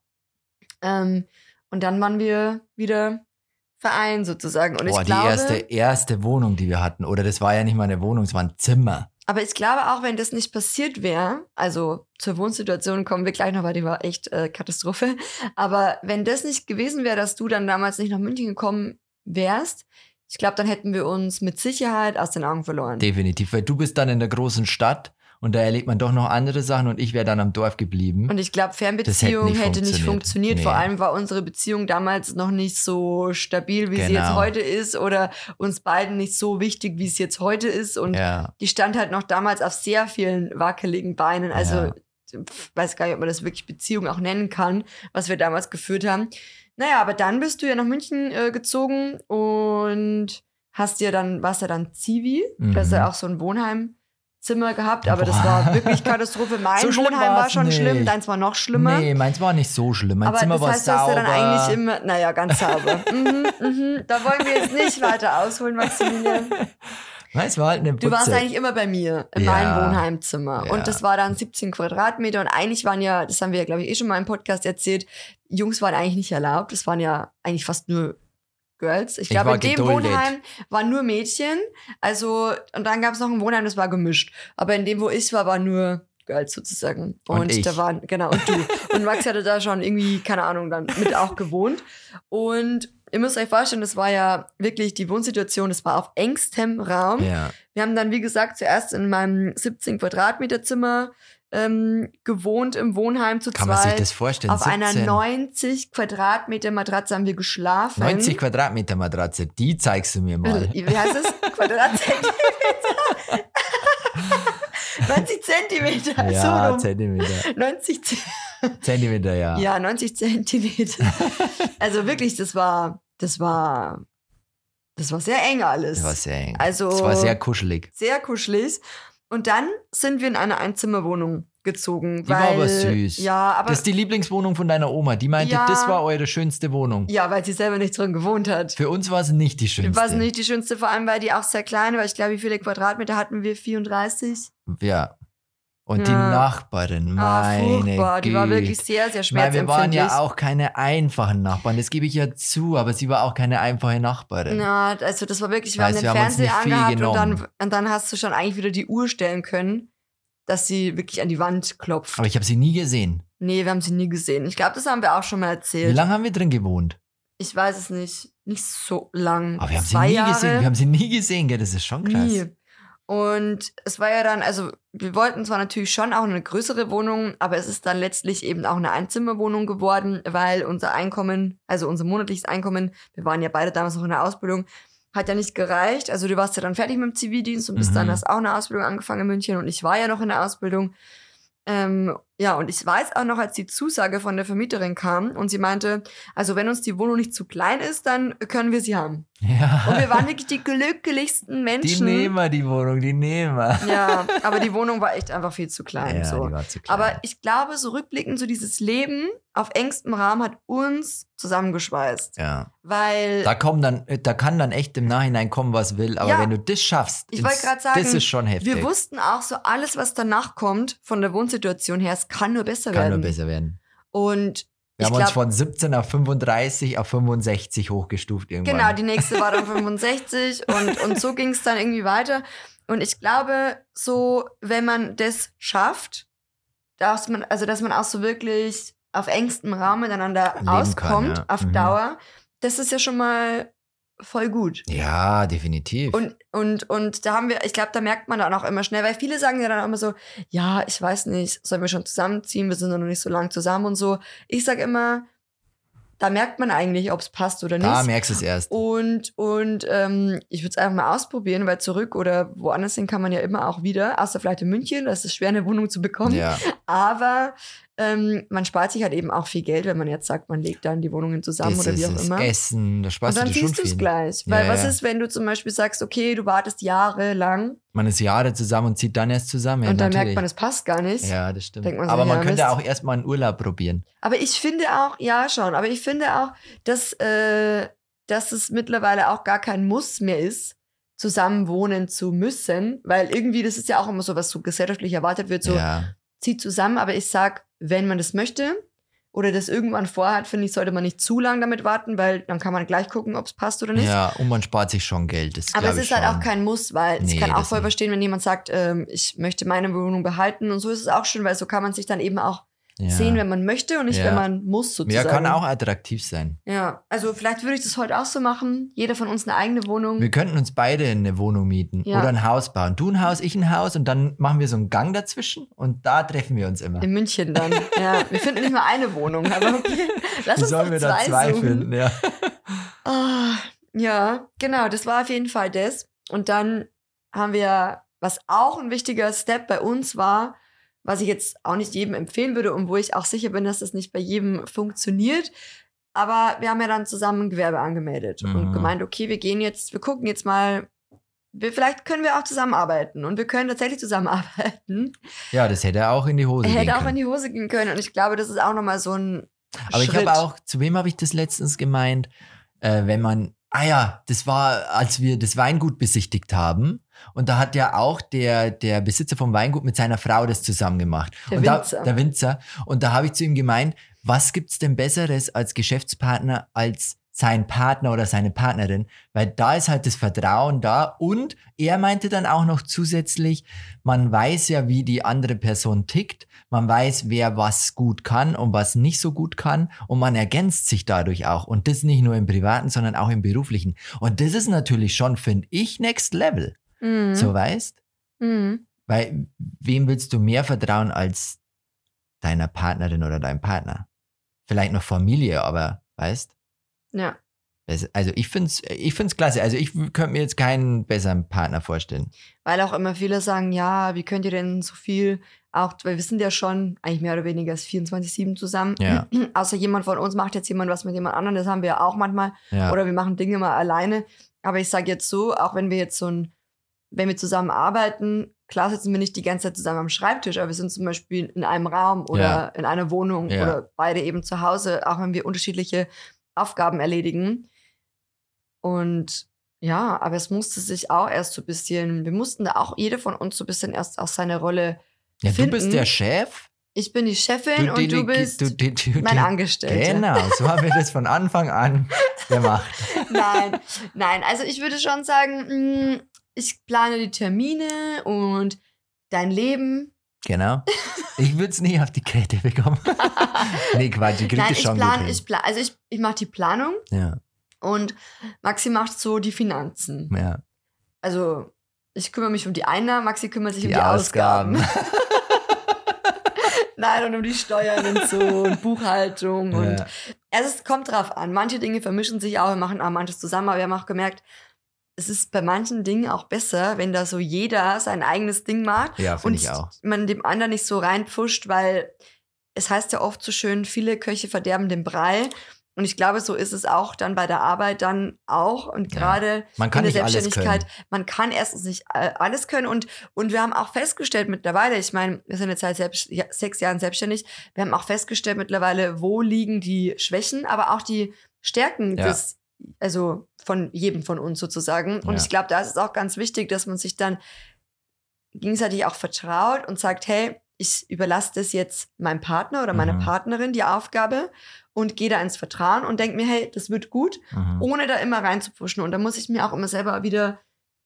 Und dann waren wir wieder Verein sozusagen. Und ich glaube, die erste Wohnung, die wir hatten. Oder das war ja nicht mal eine Wohnung, es war ein Zimmer. Aber ich glaube auch, wenn das nicht passiert wäre, also zur Wohnsituation kommen wir gleich noch, weil die war echt Katastrophe. Aber wenn das nicht gewesen wäre, dass du dann damals nicht nach München gekommen wärst, ich glaube, dann hätten wir uns mit Sicherheit aus den Augen verloren. Definitiv, weil du bist dann in der großen Stadt und da erlebt man doch noch andere Sachen und ich wäre dann am Dorf geblieben. Und ich glaube, Fernbeziehung hätte nicht funktioniert. Nee. Vor allem war unsere Beziehung damals noch nicht so stabil, wie sie jetzt heute ist oder uns beiden nicht so wichtig, wie es jetzt heute ist. Und die stand halt noch damals auf sehr vielen wackeligen Beinen. Also ich weiß gar nicht, ob man das wirklich Beziehung auch nennen kann, was wir damals geführt haben. Naja, aber dann bist du ja nach München gezogen und warst ja dann Zivi. Du hast ja auch so ein Wohnheimzimmer gehabt, aber das war wirklich Katastrophe. Mein so Wohnheim war schon schlimm, deins war noch schlimmer. Nee, meins war nicht so schlimm. Mein Zimmer war sauber. Aber das heißt, du hast ja dann eigentlich immer, ganz sauber. Da wollen wir jetzt nicht weiter ausholen, Maximilian. Es war halt eine Putze. Du warst eigentlich immer bei mir, in meinem Wohnheimzimmer. Ja. Und das war dann 17 Quadratmeter. Und eigentlich waren ja, das haben wir ja, glaube ich, schon mal im Podcast erzählt, Jungs waren eigentlich nicht erlaubt. Es waren ja eigentlich fast nur Girls. Ich glaube, in dem Wohnheim waren nur Mädchen. Also, und dann gab es noch ein Wohnheim, das war gemischt. Aber in dem, wo ich war nur Girls sozusagen. Und da waren, und du. Und Max hatte da schon irgendwie, keine Ahnung, dann mit auch gewohnt. Und ihr müsst euch vorstellen, das war ja wirklich die Wohnsituation, das war auf engstem Raum. Ja. Wir haben dann, wie gesagt, zuerst in meinem 17 Quadratmeter Zimmer gewohnt im Wohnheim zu zweit. Kann man sich das vorstellen? Auf 17. einer 90 Quadratmeter Matratze haben wir geschlafen. 90 Quadratmeter Matratze, die zeigst du mir mal. Wie heißt es? Quadratzentimeter? 90 Zentimeter. Ja, so Zentimeter. 90 Zentimeter, ja. Ja, 90 Zentimeter. Also wirklich, das war sehr eng alles. Das war sehr eng. Also, das war sehr kuschelig. Sehr kuschelig. Und dann sind wir in eine Einzimmerwohnung gezogen. Die war aber süß. Ja, aber das ist die Lieblingswohnung von deiner Oma. Die meinte, das war eure schönste Wohnung. Ja, weil sie selber nicht drin gewohnt hat. Für uns war es nicht die schönste. War es nicht die schönste, vor allem, weil die auch sehr klein war. Ich glaube, wie viele Quadratmeter hatten wir? 34? Ja. Und die Nachbarin, meine Güte. Die war wirklich sehr, sehr schmerzempfindlich. Weil wir waren ja auch keine einfachen Nachbarn, das gebe ich ja zu, aber sie war auch keine einfache Nachbarin. Ja, also das war wirklich, wir haben den Fernseher angehabt und dann hast du schon eigentlich wieder die Uhr stellen können, dass sie wirklich an die Wand klopft. Aber ich habe sie nie gesehen. Nee, wir haben sie nie gesehen. Ich glaube, das haben wir auch schon mal erzählt. Wie lange haben wir drin gewohnt? Ich weiß es nicht. Nicht so lang. Aber wir haben sie nie gesehen. Wir haben sie nie gesehen, gell? Das ist schon krass. Nie. Und es war ja dann, also wir wollten zwar natürlich schon auch eine größere Wohnung, aber es ist dann letztlich eben auch eine Einzimmerwohnung geworden, weil unser Einkommen, also unser monatliches Einkommen, wir waren ja beide damals noch in der Ausbildung, hat ja nicht gereicht. Also du warst ja dann fertig mit dem Zivildienst und bist dann hast auch eine Ausbildung angefangen in München und ich war ja noch in der Ausbildung. Ja, und ich weiß auch noch, als die Zusage von der Vermieterin kam und sie meinte, also wenn uns die Wohnung nicht zu klein ist, dann können wir sie haben. Ja. Und wir waren wirklich die glücklichsten Menschen. Die nehmen wir, die Wohnung, die nehmen wir. Ja, aber die Wohnung war echt einfach viel zu klein. Ja, so. die war zu klein. Aber ich glaube, so rückblickend, so dieses Leben auf engstem Rahmen hat uns zusammengeschweißt. Ja. Weil Da kann dann echt im Nachhinein kommen, was will. Aber Ja. wenn du das schaffst, Ich wollte gerade sagen, das ist schon heftig. wir wussten auch so, alles, was danach kommt, von der Wohnsituation her, es kann nur besser kann werden. nur besser werden. Und Wir ich haben uns glaube, von 17 auf 35 auf 65 hochgestuft irgendwann. genau, die nächste war dann 65 und so ging es dann irgendwie weiter. Und ich glaube, so, wenn man das schafft, dass man auch so wirklich auf engstem Raum miteinander Leben auskommt, kann, ja. auf Dauer, das ist ja schon mal voll gut. Ja, definitiv. Und da haben wir, ich glaube, da merkt man dann auch immer schnell, weil viele sagen ja dann auch immer so, ja, ich weiß nicht, sollen wir schon zusammenziehen, wir sind noch nicht so lang zusammen und so. Ich sage immer, da merkt man eigentlich, ob es passt oder nicht. Da merkst du es erst. Und ich würde es einfach mal ausprobieren, weil zurück oder woanders hin kann man ja immer auch wieder, außer vielleicht in München, das ist schwer, eine Wohnung zu bekommen. Ja. Aber man spart sich halt eben auch viel Geld, wenn man jetzt sagt, man legt dann die Wohnungen zusammen Das oder wie ist auch das immer. Essen, da Und sparst dann du dir schon siehst du es viel. gleich. Ja, Weil was ja. ist, wenn du zum Beispiel sagst, okay, du wartest jahrelang Man ist Jahre zusammen und zieht dann erst zusammen. Ja, und dann natürlich. merkt man, es passt gar nicht. Ja, das stimmt. Denkt man so, Aber man ja, könnte Mist. auch erstmal einen Urlaub probieren. Aber ich finde auch, ja schon, aber ich finde auch, dass es mittlerweile auch gar kein Muss mehr ist, zusammen wohnen zu müssen, weil irgendwie, das ist ja auch immer so, was so gesellschaftlich erwartet wird, so Ja. zieht zusammen, aber ich sag, wenn man das möchte oder das irgendwann vorhat, finde ich, sollte man nicht zu lange damit warten, weil dann kann man gleich gucken, ob es passt oder nicht. Ja, und man spart sich schon Geld. Das Aber es glaub ist ich halt schon. auch kein Muss, weil ich Nee, kann auch das voll nicht. verstehen, wenn jemand sagt, ich möchte meine Wohnung behalten und so ist es auch schön, weil so kann man sich dann eben auch Ja. sehen, wenn man möchte und nicht, Ja. wenn man muss sozusagen. Ja, kann auch attraktiv sein. Ja, also vielleicht würde ich das heute auch so machen. Jeder von uns eine eigene Wohnung. Wir könnten uns beide eine Wohnung mieten Ja. oder ein Haus bauen. Du ein Haus, ich ein Haus und dann machen wir so einen Gang dazwischen und da treffen wir uns immer. In München dann. Ja, wir finden nicht mal eine Wohnung, aber okay. Lass Wie uns sollen doch wir da zwei suchen. finden? Ja. Ah, ja, genau, das war auf jeden Fall das. Und dann haben wir, was auch ein wichtiger Step bei uns war, was ich jetzt auch nicht jedem empfehlen würde und wo ich auch sicher bin, dass das nicht bei jedem funktioniert. Aber wir haben ja dann zusammen ein Gewerbe angemeldet und gemeint, okay, wir gucken jetzt mal, vielleicht können wir auch zusammenarbeiten und wir können tatsächlich zusammenarbeiten. Ja, das hätte auch in die Hose gehen Hätte auch können. in die Hose gehen können und ich glaube, das ist auch nochmal so ein Aber ich Schritt. habe auch, zu wem habe ich das letztens gemeint? Wenn man, das war, als wir das Weingut besichtigt haben. Und da hat ja auch der Besitzer vom Weingut mit seiner Frau das zusammen gemacht. Der und Winzer. Der Winzer. Und da habe ich zu ihm gemeint, was gibt's denn Besseres als Geschäftspartner als sein Partner oder seine Partnerin? Weil da ist halt das Vertrauen da. Und er meinte dann auch noch zusätzlich, man weiß ja, wie die andere Person tickt. Man weiß, wer was gut kann und was nicht so gut kann. Und man ergänzt sich dadurch auch. Und das nicht nur im Privaten, sondern auch im Beruflichen. Und das ist natürlich schon, finde ich, Next Level. Mhm. So, weißt? Mhm. Weil wem willst du mehr vertrauen als deiner Partnerin oder deinem Partner? Vielleicht noch Familie, aber weißt? Ja. Also ich find's klasse. Also ich könnte mir jetzt keinen besseren Partner vorstellen. Weil auch immer viele sagen, ja, wie könnt ihr denn so viel, auch, weil wir sind ja schon eigentlich mehr oder weniger 24/7 zusammen. Ja. Außer jemand von uns macht jetzt jemand was mit jemand anderem, das haben wir ja auch manchmal. Ja. Oder wir machen Dinge mal alleine. Aber ich sage jetzt so, auch wenn wir jetzt wenn wir zusammen arbeiten, klar sitzen wir nicht die ganze Zeit zusammen am Schreibtisch, aber wir sind zum Beispiel in einem Raum oder in einer Wohnung Ja. oder beide eben zu Hause, auch wenn wir unterschiedliche Aufgaben erledigen. Und ja, aber es musste sich auch erst so ein bisschen, wir mussten da auch, jeder von uns so ein bisschen erst aus seiner Rolle Ja, finden. du bist der Chef. Ich bin die Chefin und du bist mein Angestellter. Genau, so haben wir das von Anfang an gemacht. Nein, also ich würde schon sagen, ich plane die Termine und dein Leben. Genau. Ich würde es nie auf die Kette bekommen. Nee, Quatsch, ich krieg Nein, das schon gut hin. ich mache die Planung Ja, und Maxi macht so die Finanzen. ja. Also ich kümmere mich um die Einnahmen, Maxi kümmert sich um die Ausgaben. Nein, und um die Steuern und so und Buchhaltung. Und also es kommt drauf an. Manche Dinge vermischen sich auch, wir machen auch manches zusammen, aber wir haben auch gemerkt, es ist bei manchen Dingen auch besser, wenn da so jeder sein eigenes Ding macht. Ja, finde ich auch. Man dem anderen nicht so reinpfuscht, weil es heißt ja oft so schön, viele Köche verderben den Brei. Und ich glaube, so ist es auch dann bei der Arbeit dann auch. Und gerade in der Selbstständigkeit, man kann erstens nicht alles können. Und wir haben auch festgestellt mittlerweile, ich meine, wir sind jetzt seit 6 Jahren selbstständig, wir haben auch festgestellt mittlerweile, wo liegen die Schwächen, aber auch die Stärken also von jedem von uns sozusagen. Und ich glaube, da ist es auch ganz wichtig, dass man sich dann gegenseitig auch vertraut und sagt, hey, ich überlasse das jetzt meinem Partner oder meiner Partnerin, die Aufgabe, und gehe da ins Vertrauen und denke mir, hey, das wird gut, ohne da immer reinzupushen. Und da muss ich mir auch immer selber wieder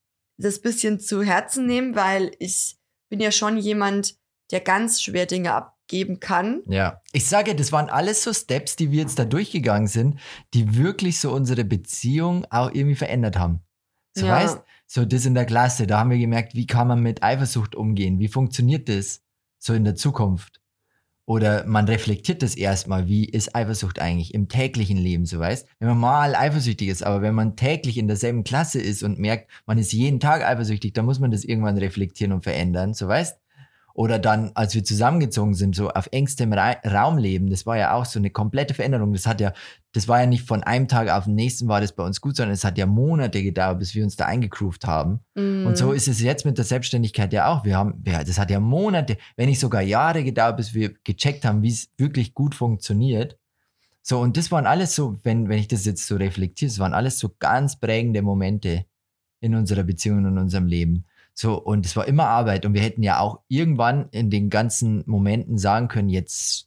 das bisschen zu Herzen nehmen, weil ich bin ja schon jemand, der ganz schwer Dinge abgeben kann. Ja, ich sage, das waren alles so Steps, die wir jetzt da durchgegangen sind, die wirklich so unsere Beziehung auch irgendwie verändert haben. So weißt, so das in der Klasse, da haben wir gemerkt, wie kann man mit Eifersucht umgehen, wie funktioniert das so in der Zukunft? Oder man reflektiert das erstmal, wie ist Eifersucht eigentlich im täglichen Leben, so weißt. Wenn man mal eifersüchtig ist, aber wenn man täglich in derselben Klasse ist und merkt, man ist jeden Tag eifersüchtig, dann muss man das irgendwann reflektieren und verändern, so weißt. Oder dann, als wir zusammengezogen sind, so auf engstem Raum leben, das war ja auch so eine komplette Veränderung. Das war ja nicht von einem Tag auf den nächsten war das bei uns gut, sondern es hat ja Monate gedauert, bis wir uns da eingegroovt haben. Und so ist es jetzt mit der Selbstständigkeit ja auch. Das hat ja Monate, wenn nicht sogar Jahre gedauert, bis wir gecheckt haben, wie es wirklich gut funktioniert. So, und das waren alles so, wenn ich das jetzt so reflektiere, das waren alles so ganz prägende Momente in unserer Beziehung und in unserem Leben. So, und es war immer Arbeit und wir hätten ja auch irgendwann in den ganzen Momenten sagen können, jetzt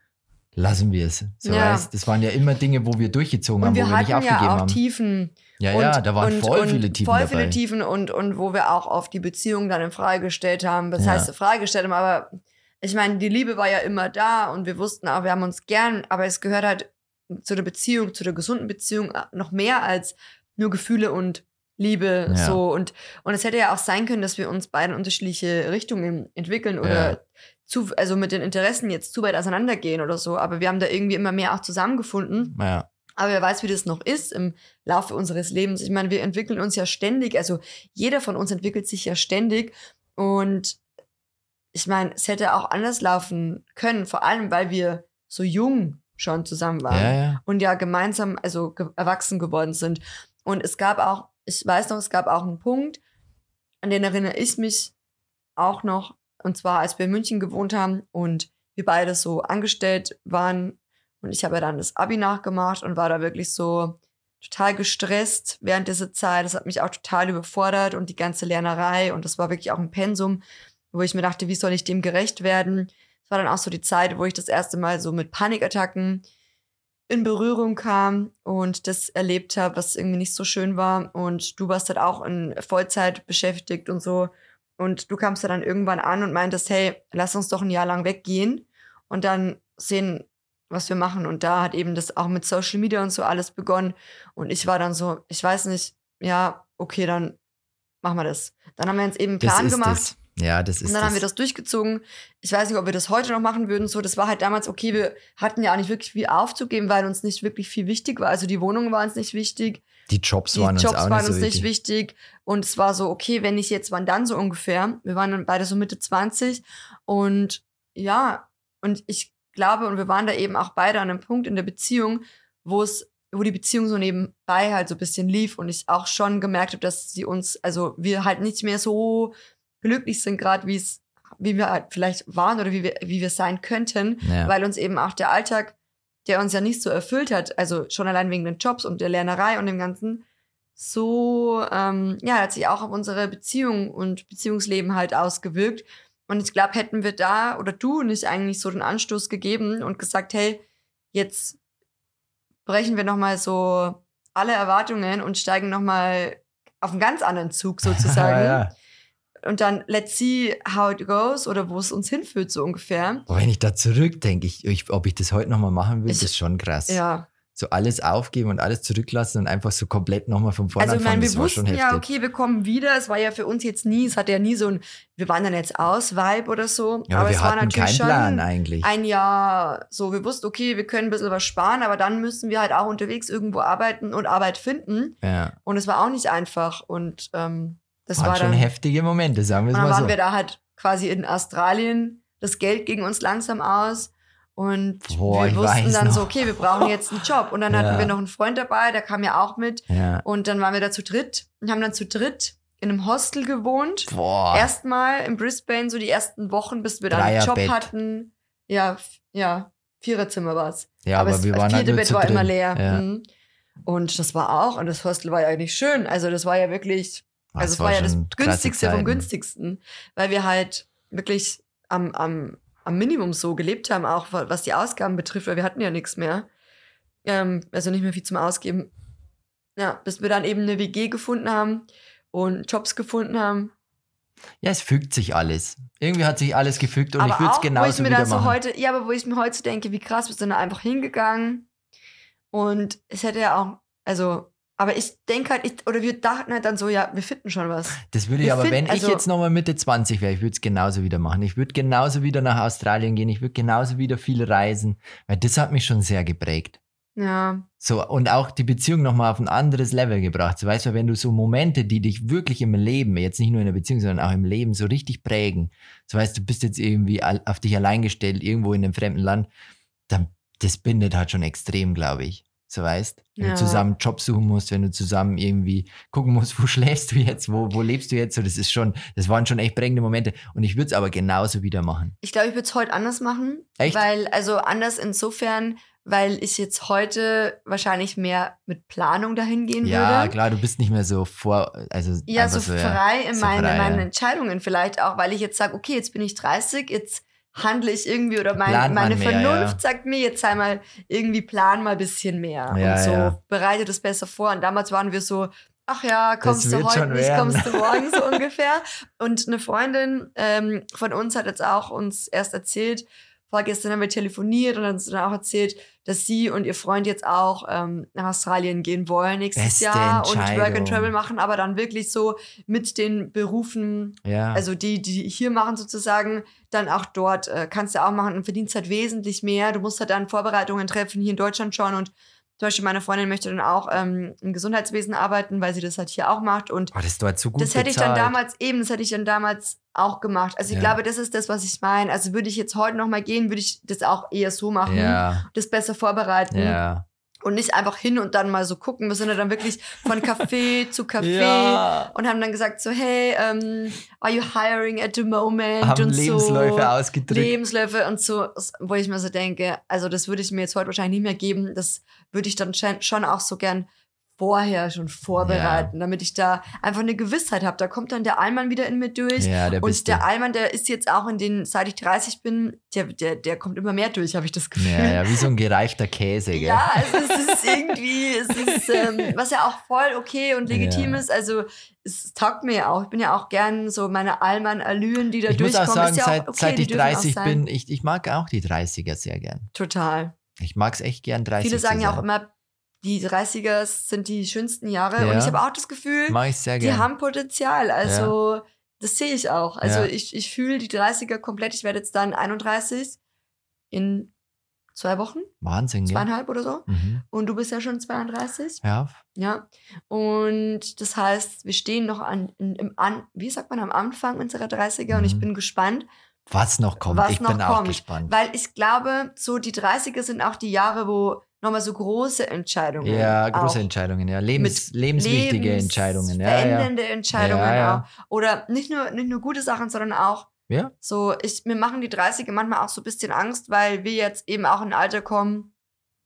lassen wir es. So weißt, das waren ja immer Dinge, wo wir durchgezogen haben, wo wir nicht aufgegeben haben. Und wir hatten ja auch Tiefen. Da waren voll viele Tiefen dabei. Voll viele Tiefen und wo wir auch auf die Beziehung dann in Frage gestellt haben. Das heißt, Frage gestellt haben, aber ich meine, die Liebe war ja immer da und wir wussten auch, wir haben uns gern, aber es gehört halt zu der Beziehung, zu der gesunden Beziehung noch mehr als nur Gefühle und Liebe, so. Und es hätte ja auch sein können, dass wir uns beide in unterschiedliche Richtungen entwickeln oder also mit den Interessen jetzt zu weit auseinandergehen oder so. Aber wir haben da irgendwie immer mehr auch zusammengefunden. Ja. Aber wer weiß, wie das noch ist im Laufe unseres Lebens. Ich meine, wir entwickeln uns ja ständig. Also jeder von uns entwickelt sich ja ständig. Und ich meine, es hätte auch anders laufen können. Vor allem, weil wir so jung schon zusammen waren. Und ja gemeinsam, also erwachsen geworden sind. Und es gab auch, ich weiß noch, es gab auch einen Punkt, an den erinnere ich mich auch noch, und zwar, als wir in München gewohnt haben und wir beide so angestellt waren und ich habe ja dann das Abi nachgemacht und war da wirklich so total gestresst während dieser Zeit. Das hat mich auch total überfordert und die ganze Lernerei und das war wirklich auch ein Pensum, wo ich mir dachte, wie soll ich dem gerecht werden? Es war dann auch so die Zeit, wo ich das erste Mal so mit Panikattacken in Berührung kam und das erlebt habe, was irgendwie nicht so schön war. Und du warst halt auch in Vollzeit beschäftigt und so. Und du kamst dann irgendwann an und meintest, hey, lass uns doch ein Jahr lang weggehen und dann sehen, was wir machen. Und da hat eben das auch mit Social Media und so alles begonnen. Und ich war dann so, ich weiß nicht, ja, okay, dann machen wir das. Dann haben wir uns eben einen Plan gemacht. Das. Ja, das ist und dann haben wir das durchgezogen. Ich weiß nicht, ob wir das heute noch machen würden. So, das war halt damals okay. Wir hatten ja auch nicht wirklich viel aufzugeben, weil uns nicht wirklich viel wichtig war. Also die Wohnungen waren uns nicht wichtig. Die Jobs waren uns nicht wichtig. Und es war so, okay, wenn nicht jetzt, wann dann so ungefähr. Wir waren dann beide so Mitte 20. Und ja, und ich glaube, und wir waren da eben auch beide an einem Punkt in der Beziehung, wo die Beziehung so nebenbei halt so ein bisschen lief. Und ich auch schon gemerkt habe, dass sie uns, also wir halt nicht mehr so glücklich sind, gerade wie wir halt vielleicht waren oder wie wir sein könnten, weil uns eben auch der Alltag, der uns ja nicht so erfüllt hat, also schon allein wegen den Jobs und der Lernerei und dem Ganzen, so, hat sich auch auf unsere Beziehung und Beziehungsleben halt ausgewirkt. Und ich glaube, hätten wir da oder du nicht eigentlich so den Anstoß gegeben und gesagt, hey, jetzt brechen wir nochmal so alle Erwartungen und steigen nochmal auf einen ganz anderen Zug sozusagen. Und dann let's see how it goes oder wo es uns hinführt, so ungefähr. Aber wenn ich da zurückdenke, ob ich das heute nochmal machen will, das ist schon krass. Ja. so alles aufgeben und alles zurücklassen und einfach so komplett nochmal von vorne Also ich meine, anfangen. wir wussten ja, okay, wir kommen wieder. Es war ja für uns jetzt nie, es hatte ja nie so ein, wir waren dann jetzt aus, Vibe oder so. Ja, aber wir es war hatten natürlich keinen schon Plan eigentlich. ein Jahr so, wir wussten, okay, wir können ein bisschen was sparen, aber dann müssen wir halt auch unterwegs irgendwo arbeiten und Arbeit finden. Ja. Und es war auch nicht einfach. Und das war schon dann heftige Momente, sagen wir es und dann mal waren so. wir da halt quasi in Australien. Das Geld ging uns langsam aus. Und Boah, wir wussten dann noch. so, okay, wir brauchen jetzt einen Job. Und dann hatten wir noch einen Freund dabei, der kam ja auch mit. Ja. Und dann waren wir da zu dritt und haben dann zu dritt in einem Hostel gewohnt. Boah. Erstmal in Brisbane, so die ersten Wochen, bis wir dann einen Job hatten. Ja, Viererzimmer war es. Ja, aber wir waren das halt vierte nur Bett zu war dritt. immer leer. Ja. Mhm. Und das war auch, und das Hostel war ja eigentlich schön. Also das war ja wirklich, also es war ja das günstigste vom günstigsten. Weil wir halt wirklich am Minimum so gelebt haben, auch was die Ausgaben betrifft, weil wir hatten ja nichts mehr. Also nicht mehr viel zum Ausgeben. Ja, bis wir dann eben eine WG gefunden haben und Jobs gefunden haben. Ja, es fügt sich alles. Irgendwie hat sich alles gefügt und aber ich würde es auch, genauso wieder machen. Aber wo ich mir heute so denke, wie krass, wir sind da einfach hingegangen und es hätte ja auch, also, aber ich denke halt, oder wir dachten halt dann so, ja, wir finden schon was. Das würde ich aber, wenn ich jetzt nochmal Mitte 20 wäre, ich würde es genauso wieder machen. Ich würde genauso wieder nach Australien gehen, ich würde genauso wieder viel reisen, weil das hat mich schon sehr geprägt. Ja. So, und auch die Beziehung nochmal auf ein anderes Level gebracht. So, weißt du, wenn du so Momente, die dich wirklich im Leben, jetzt nicht nur in der Beziehung, sondern auch im Leben so richtig prägen, so weißt du, bist jetzt irgendwie auf dich allein gestellt, irgendwo in einem fremden Land, dann, das bindet halt schon extrem, glaube ich. So weißt, wenn du zusammen einen Job suchen musst, wenn du zusammen irgendwie gucken musst, wo schläfst du jetzt, wo lebst du jetzt, so, das waren schon echt prägende Momente. Und ich würde es aber genauso wieder machen. Ich glaube, ich würde es heute anders machen. Echt? Also anders insofern, weil ich jetzt heute wahrscheinlich mehr mit Planung dahin gehen würde. Ja, klar, du bist nicht mehr so so frei in meinen Entscheidungen vielleicht auch, weil ich jetzt sage, okay, jetzt bin ich 30, jetzt handle ich irgendwie oder meine Vernunft sagt mir, jetzt sei mal irgendwie plan mal ein bisschen mehr und so bereite das besser vor. Und damals waren wir so, ach ja, kommst du heute nicht, kommst du morgen so ungefähr. Und eine Freundin von uns hat jetzt auch uns erst erzählt, vorgestern haben wir telefoniert und hat uns dann auch erzählt, dass sie und ihr Freund jetzt auch nach Australien gehen wollen nächstes Jahr und Work and Travel machen, aber dann wirklich so mit den Berufen, also die hier machen sozusagen, dann auch dort kannst du auch machen und verdienst halt wesentlich mehr. Du musst halt dann Vorbereitungen treffen, hier in Deutschland schon und zum Beispiel meine Freundin möchte dann auch im Gesundheitswesen arbeiten, weil sie das halt hier auch macht. Und das ist dort so gut das hätte ich dann damals auch gemacht. Also ich glaube, das ist das, was ich meine. Also würde ich jetzt heute nochmal gehen, würde ich das auch eher so machen, das besser vorbereiten. Ja. Und nicht einfach hin und dann mal so gucken. Wir sind ja dann wirklich von Café zu Café und haben dann gesagt so, hey, are you hiring at the moment? Haben und Lebensläufe so. ausgedrückt. Lebensläufe und so, wo ich mir so denke, also das würde ich mir jetzt heute wahrscheinlich nicht mehr geben. Das würde ich dann schon auch so gern vorher schon vorbereiten, damit ich da einfach eine Gewissheit habe. Da kommt dann der Allmann wieder in mir durch. Ja, und der Allmann, der ist jetzt auch seit ich 30 bin, der kommt immer mehr durch, habe ich das Gefühl. Ja, wie so ein gereifter Käse, gell? Ja, also es ist irgendwie, was ja auch voll okay und legitim ist. Also es taugt mir ja auch. Ich bin ja auch gern so meine Allmann-Allüren, die da durchkommen. Ich muss auch sagen, ist ja auch okay, seit ich 30 bin, ich mag auch die 30er sehr gern. Total. Ich mag es echt gern, 30 Viele sagen ja auch immer, die 30er sind die schönsten Jahre. Und ich habe auch das Gefühl, die haben Potenzial. Also das sehe ich auch. Also ich fühle die 30er komplett. Ich werde jetzt dann 31 in 2 Wochen. Wahnsinn, 2,5 oder so. Mhm. Und du bist ja schon 32. Ja. Ja. Und das heißt, wir stehen noch am Anfang unserer 30er und ich bin gespannt. Was noch kommt. Ich bin auch gespannt. Weil ich glaube, so die 30er sind auch die Jahre, wo nochmal so große Entscheidungen. Ja, große Entscheidungen, ja. Lebenswichtige Entscheidungen. Verändernde Entscheidungen auch. Oder nicht nur gute Sachen, sondern auch so, mir machen die 30er manchmal auch so ein bisschen Angst, weil wir jetzt eben auch in ein Alter kommen,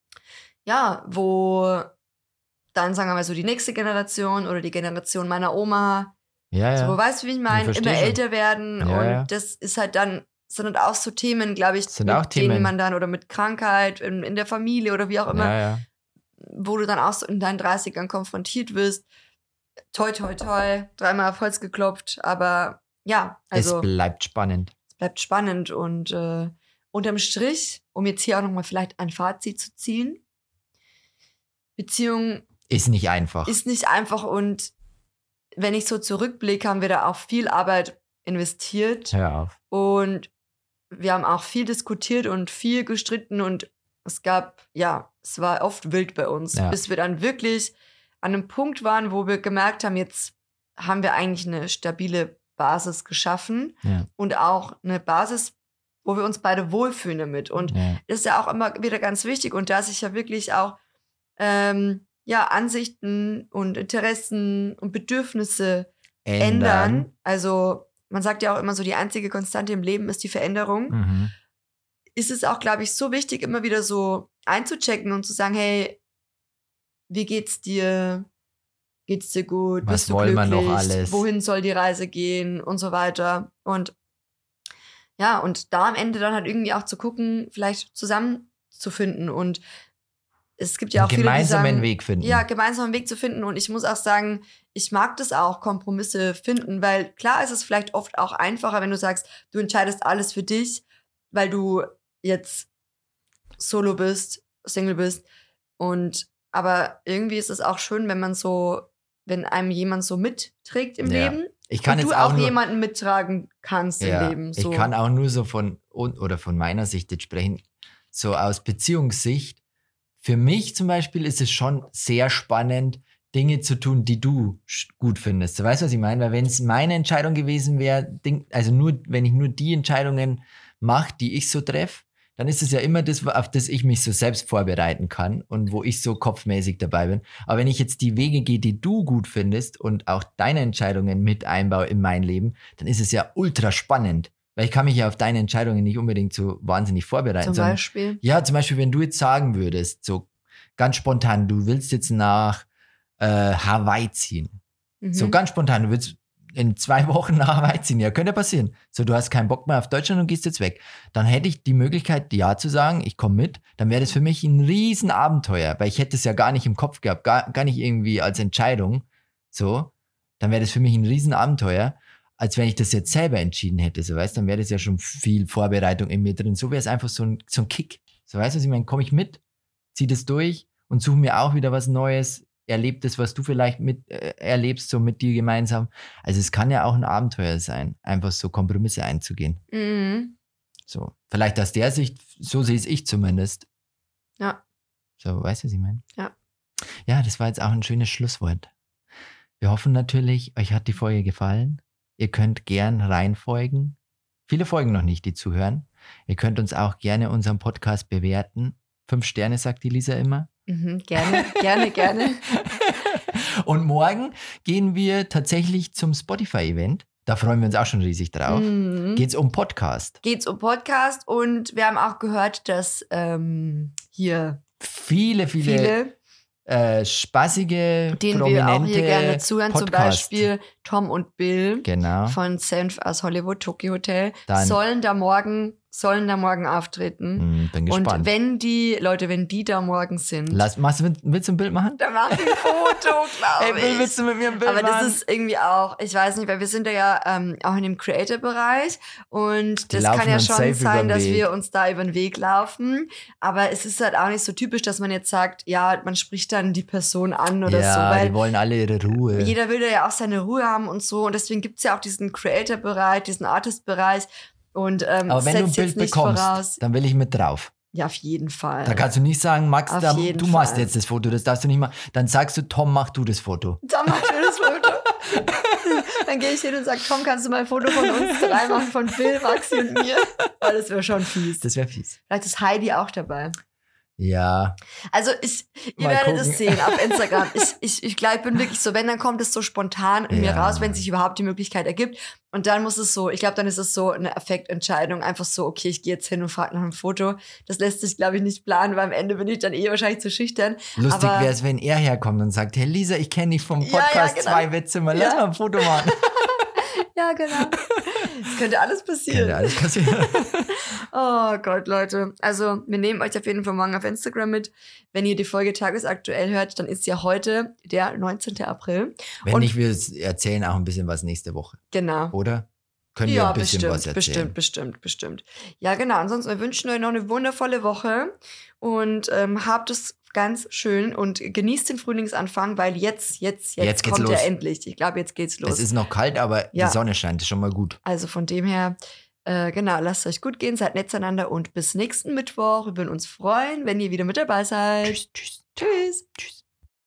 wo dann, sagen wir mal so, die nächste Generation oder die Generation meiner Oma, so, weißt du, wie ich meine, immer älter werden und das ist halt dann, sind halt auch so Themen, glaube ich, mit denen man dann, oder mit Krankheit in der Familie oder wie auch immer, wo du dann auch so in deinen 30ern konfrontiert wirst. Toi, toi, toi, 3-mal auf Holz geklopft, aber also. Es bleibt spannend. Und unterm Strich, um jetzt hier auch nochmal vielleicht ein Fazit zu ziehen, Beziehung ist nicht einfach. Und wenn ich so zurückblicke, haben wir da auch viel Arbeit investiert. Hör auf. Und wir haben auch viel diskutiert und viel gestritten und es war oft wild bei uns, bis wir dann wirklich an einem Punkt waren, wo wir gemerkt haben, jetzt haben wir eigentlich eine stabile Basis geschaffen und auch eine Basis, wo wir uns beide wohlfühlen damit. Und das ist ja auch immer wieder ganz wichtig und da sich ja wirklich auch Ansichten und Interessen und Bedürfnisse ändern. Also man sagt ja auch immer so, die einzige Konstante im Leben ist die Veränderung. Mhm. Ist es auch, glaube ich, so wichtig, immer wieder so einzuchecken und zu sagen, hey, wie geht's dir? Geht's dir gut? Was Bist du wollen glücklich? wir noch alles? Wohin soll die Reise gehen? Und so weiter. Und und da am Ende dann halt irgendwie auch zu gucken, vielleicht zusammenzufinden. Und es gibt ja auch viele, die sagen, gemeinsamen Weg finden. Ja, gemeinsamen Weg zu finden. Und ich muss auch sagen, ich mag das auch, Kompromisse finden, weil klar ist es vielleicht oft auch einfacher, wenn du sagst, du entscheidest alles für dich, weil du jetzt Solo bist, Single bist. Aber irgendwie ist es auch schön, wenn einem jemand so mitträgt im Leben. Ich kann und jetzt du auch jemanden mittragen kannst im Leben. So. Ich kann auch nur so von meiner Sicht jetzt sprechen, so aus Beziehungssicht. Für mich zum Beispiel ist es schon sehr spannend, Dinge zu tun, die du gut findest. Du weißt, was ich meine? Weil wenn es meine Entscheidung gewesen wäre, wenn ich nur die Entscheidungen mache, die ich so treffe, dann ist es ja immer das, auf das ich mich so selbst vorbereiten kann und wo ich so kopfmäßig dabei bin. Aber wenn ich jetzt die Wege gehe, die du gut findest und auch deine Entscheidungen mit einbaue in mein Leben, dann ist es ja ultra spannend. Weil ich kann mich ja auf deine Entscheidungen nicht unbedingt so wahnsinnig vorbereiten. Zum Beispiel? Ja, zum Beispiel, wenn du jetzt sagen würdest, so ganz spontan, du willst jetzt nach Hawaii ziehen. Mhm. So ganz spontan, du willst in 2 Wochen nach Hawaii ziehen. Ja, könnte ja passieren. So, du hast keinen Bock mehr auf Deutschland und gehst jetzt weg. Dann hätte ich die Möglichkeit, ja zu sagen, ich komme mit. Dann wäre das für mich ein Riesenabenteuer, weil ich hätte es ja gar nicht im Kopf gehabt, gar nicht irgendwie als Entscheidung. So, dann wäre das für mich ein Riesenabenteuer, als wenn ich das jetzt selber entschieden hätte. So, weißt, dann wäre das ja schon viel Vorbereitung in mir drin. So wäre es einfach so ein Kick. So, weißt du, was ich meine? Komme ich mit, ziehe das durch und suche mir auch wieder was Neues, erlebe das, was du vielleicht mit erlebst, so mit dir gemeinsam. Also es kann ja auch ein Abenteuer sein, einfach so Kompromisse einzugehen. Mhm. So, vielleicht aus der Sicht, so sehe es ich zumindest. Ja. So, weißt du, was ich meine? Ja. Ja, das war jetzt auch ein schönes Schlusswort. Wir hoffen natürlich, euch hat die Folge gefallen. Ihr könnt gern reinfolgen. Viele folgen noch nicht, die zuhören. Ihr könnt uns auch gerne unseren Podcast bewerten. 5 Sterne, sagt die Lisa immer. Mhm, gerne. Und morgen gehen wir tatsächlich zum Spotify-Event. Da freuen wir uns auch schon riesig drauf. Geht's um Podcast. Und wir haben auch gehört, dass hier viele spaßige, denen prominente wir auch hier gerne zuhören, Podcast. zum Beispiel Tom und Bill von Senf aus Hollywood, Tokyo Hotel, sollen da morgen auftreten. Bin gespannt. Und wenn die da morgen sind. Willst du ein Bild machen? Dann mach ich ein Foto, glaube ich. Willst du mit mir ein Bild machen? Aber das ist irgendwie auch, ich weiß nicht, weil wir sind ja auch in dem Creator-Bereich und das kann ja schon sein, dass wir uns da über den Weg laufen. Aber es ist halt auch nicht so typisch, dass man jetzt sagt, ja, man spricht dann die Person an oder so. Ja, weil die wollen alle ihre Ruhe. Jeder will ja auch seine Ruhe haben und so. Und deswegen gibt es ja auch diesen Creator-Bereich, diesen Artist-Bereich. Und aber wenn du ein Bild bekommst, dann will ich mit drauf. Ja, auf jeden Fall. Da kannst du nicht sagen, Max, du machst jetzt das Foto, das darfst du nicht machen. Dann sagst du, Tom, mach du das Foto. Tom, mach du das Foto. Dann gehe ich hin und sage, Tom, kannst du mal ein Foto von uns 3 machen, von Bill, Maxi und mir? Oh, das wäre schon fies. Das wäre fies. Vielleicht ist Heidi auch dabei. Ja. Also ihr werdet es sehen auf Instagram. Ich glaube, ich bin wirklich so, wenn, dann kommt es so spontan in mir raus, wenn sich überhaupt die Möglichkeit ergibt. Und dann muss es so, ich glaube, dann ist es so eine Affektentscheidung. Einfach so, okay, ich gehe jetzt hin und frage nach einem Foto. Das lässt sich, glaube ich, nicht planen, weil am Ende bin ich dann wahrscheinlich zu schüchtern. Lustig wäre es, wenn er herkommt und sagt, hey Lisa, ich kenne dich vom Podcast, genau. 2 Witze, mal lass mal ein Foto machen. Ja, genau. Das könnte alles passieren. Oh Gott, Leute. Also, wir nehmen euch auf jeden Fall morgen auf Instagram mit. Wenn ihr die Folge tagesaktuell hört, dann ist ja heute der 19. April. Wenn nicht, wir erzählen auch ein bisschen was nächste Woche. Genau. Oder? Können wir ein bisschen was erzählen? Bestimmt. Ja, genau. Ansonsten, wir wünschen euch noch eine wundervolle Woche und habt es ganz schön und genießt den Frühlingsanfang, weil jetzt kommt los. er endlich. Ich glaube, jetzt geht's los. Es ist noch kalt, aber die Sonne scheint, ist schon mal gut. Also von dem her, genau, lasst euch gut gehen, seid nett zueinander und bis nächsten Mittwoch. Wir würden uns freuen, wenn ihr wieder mit dabei seid. Tschüss. Tschüss. Tschüss.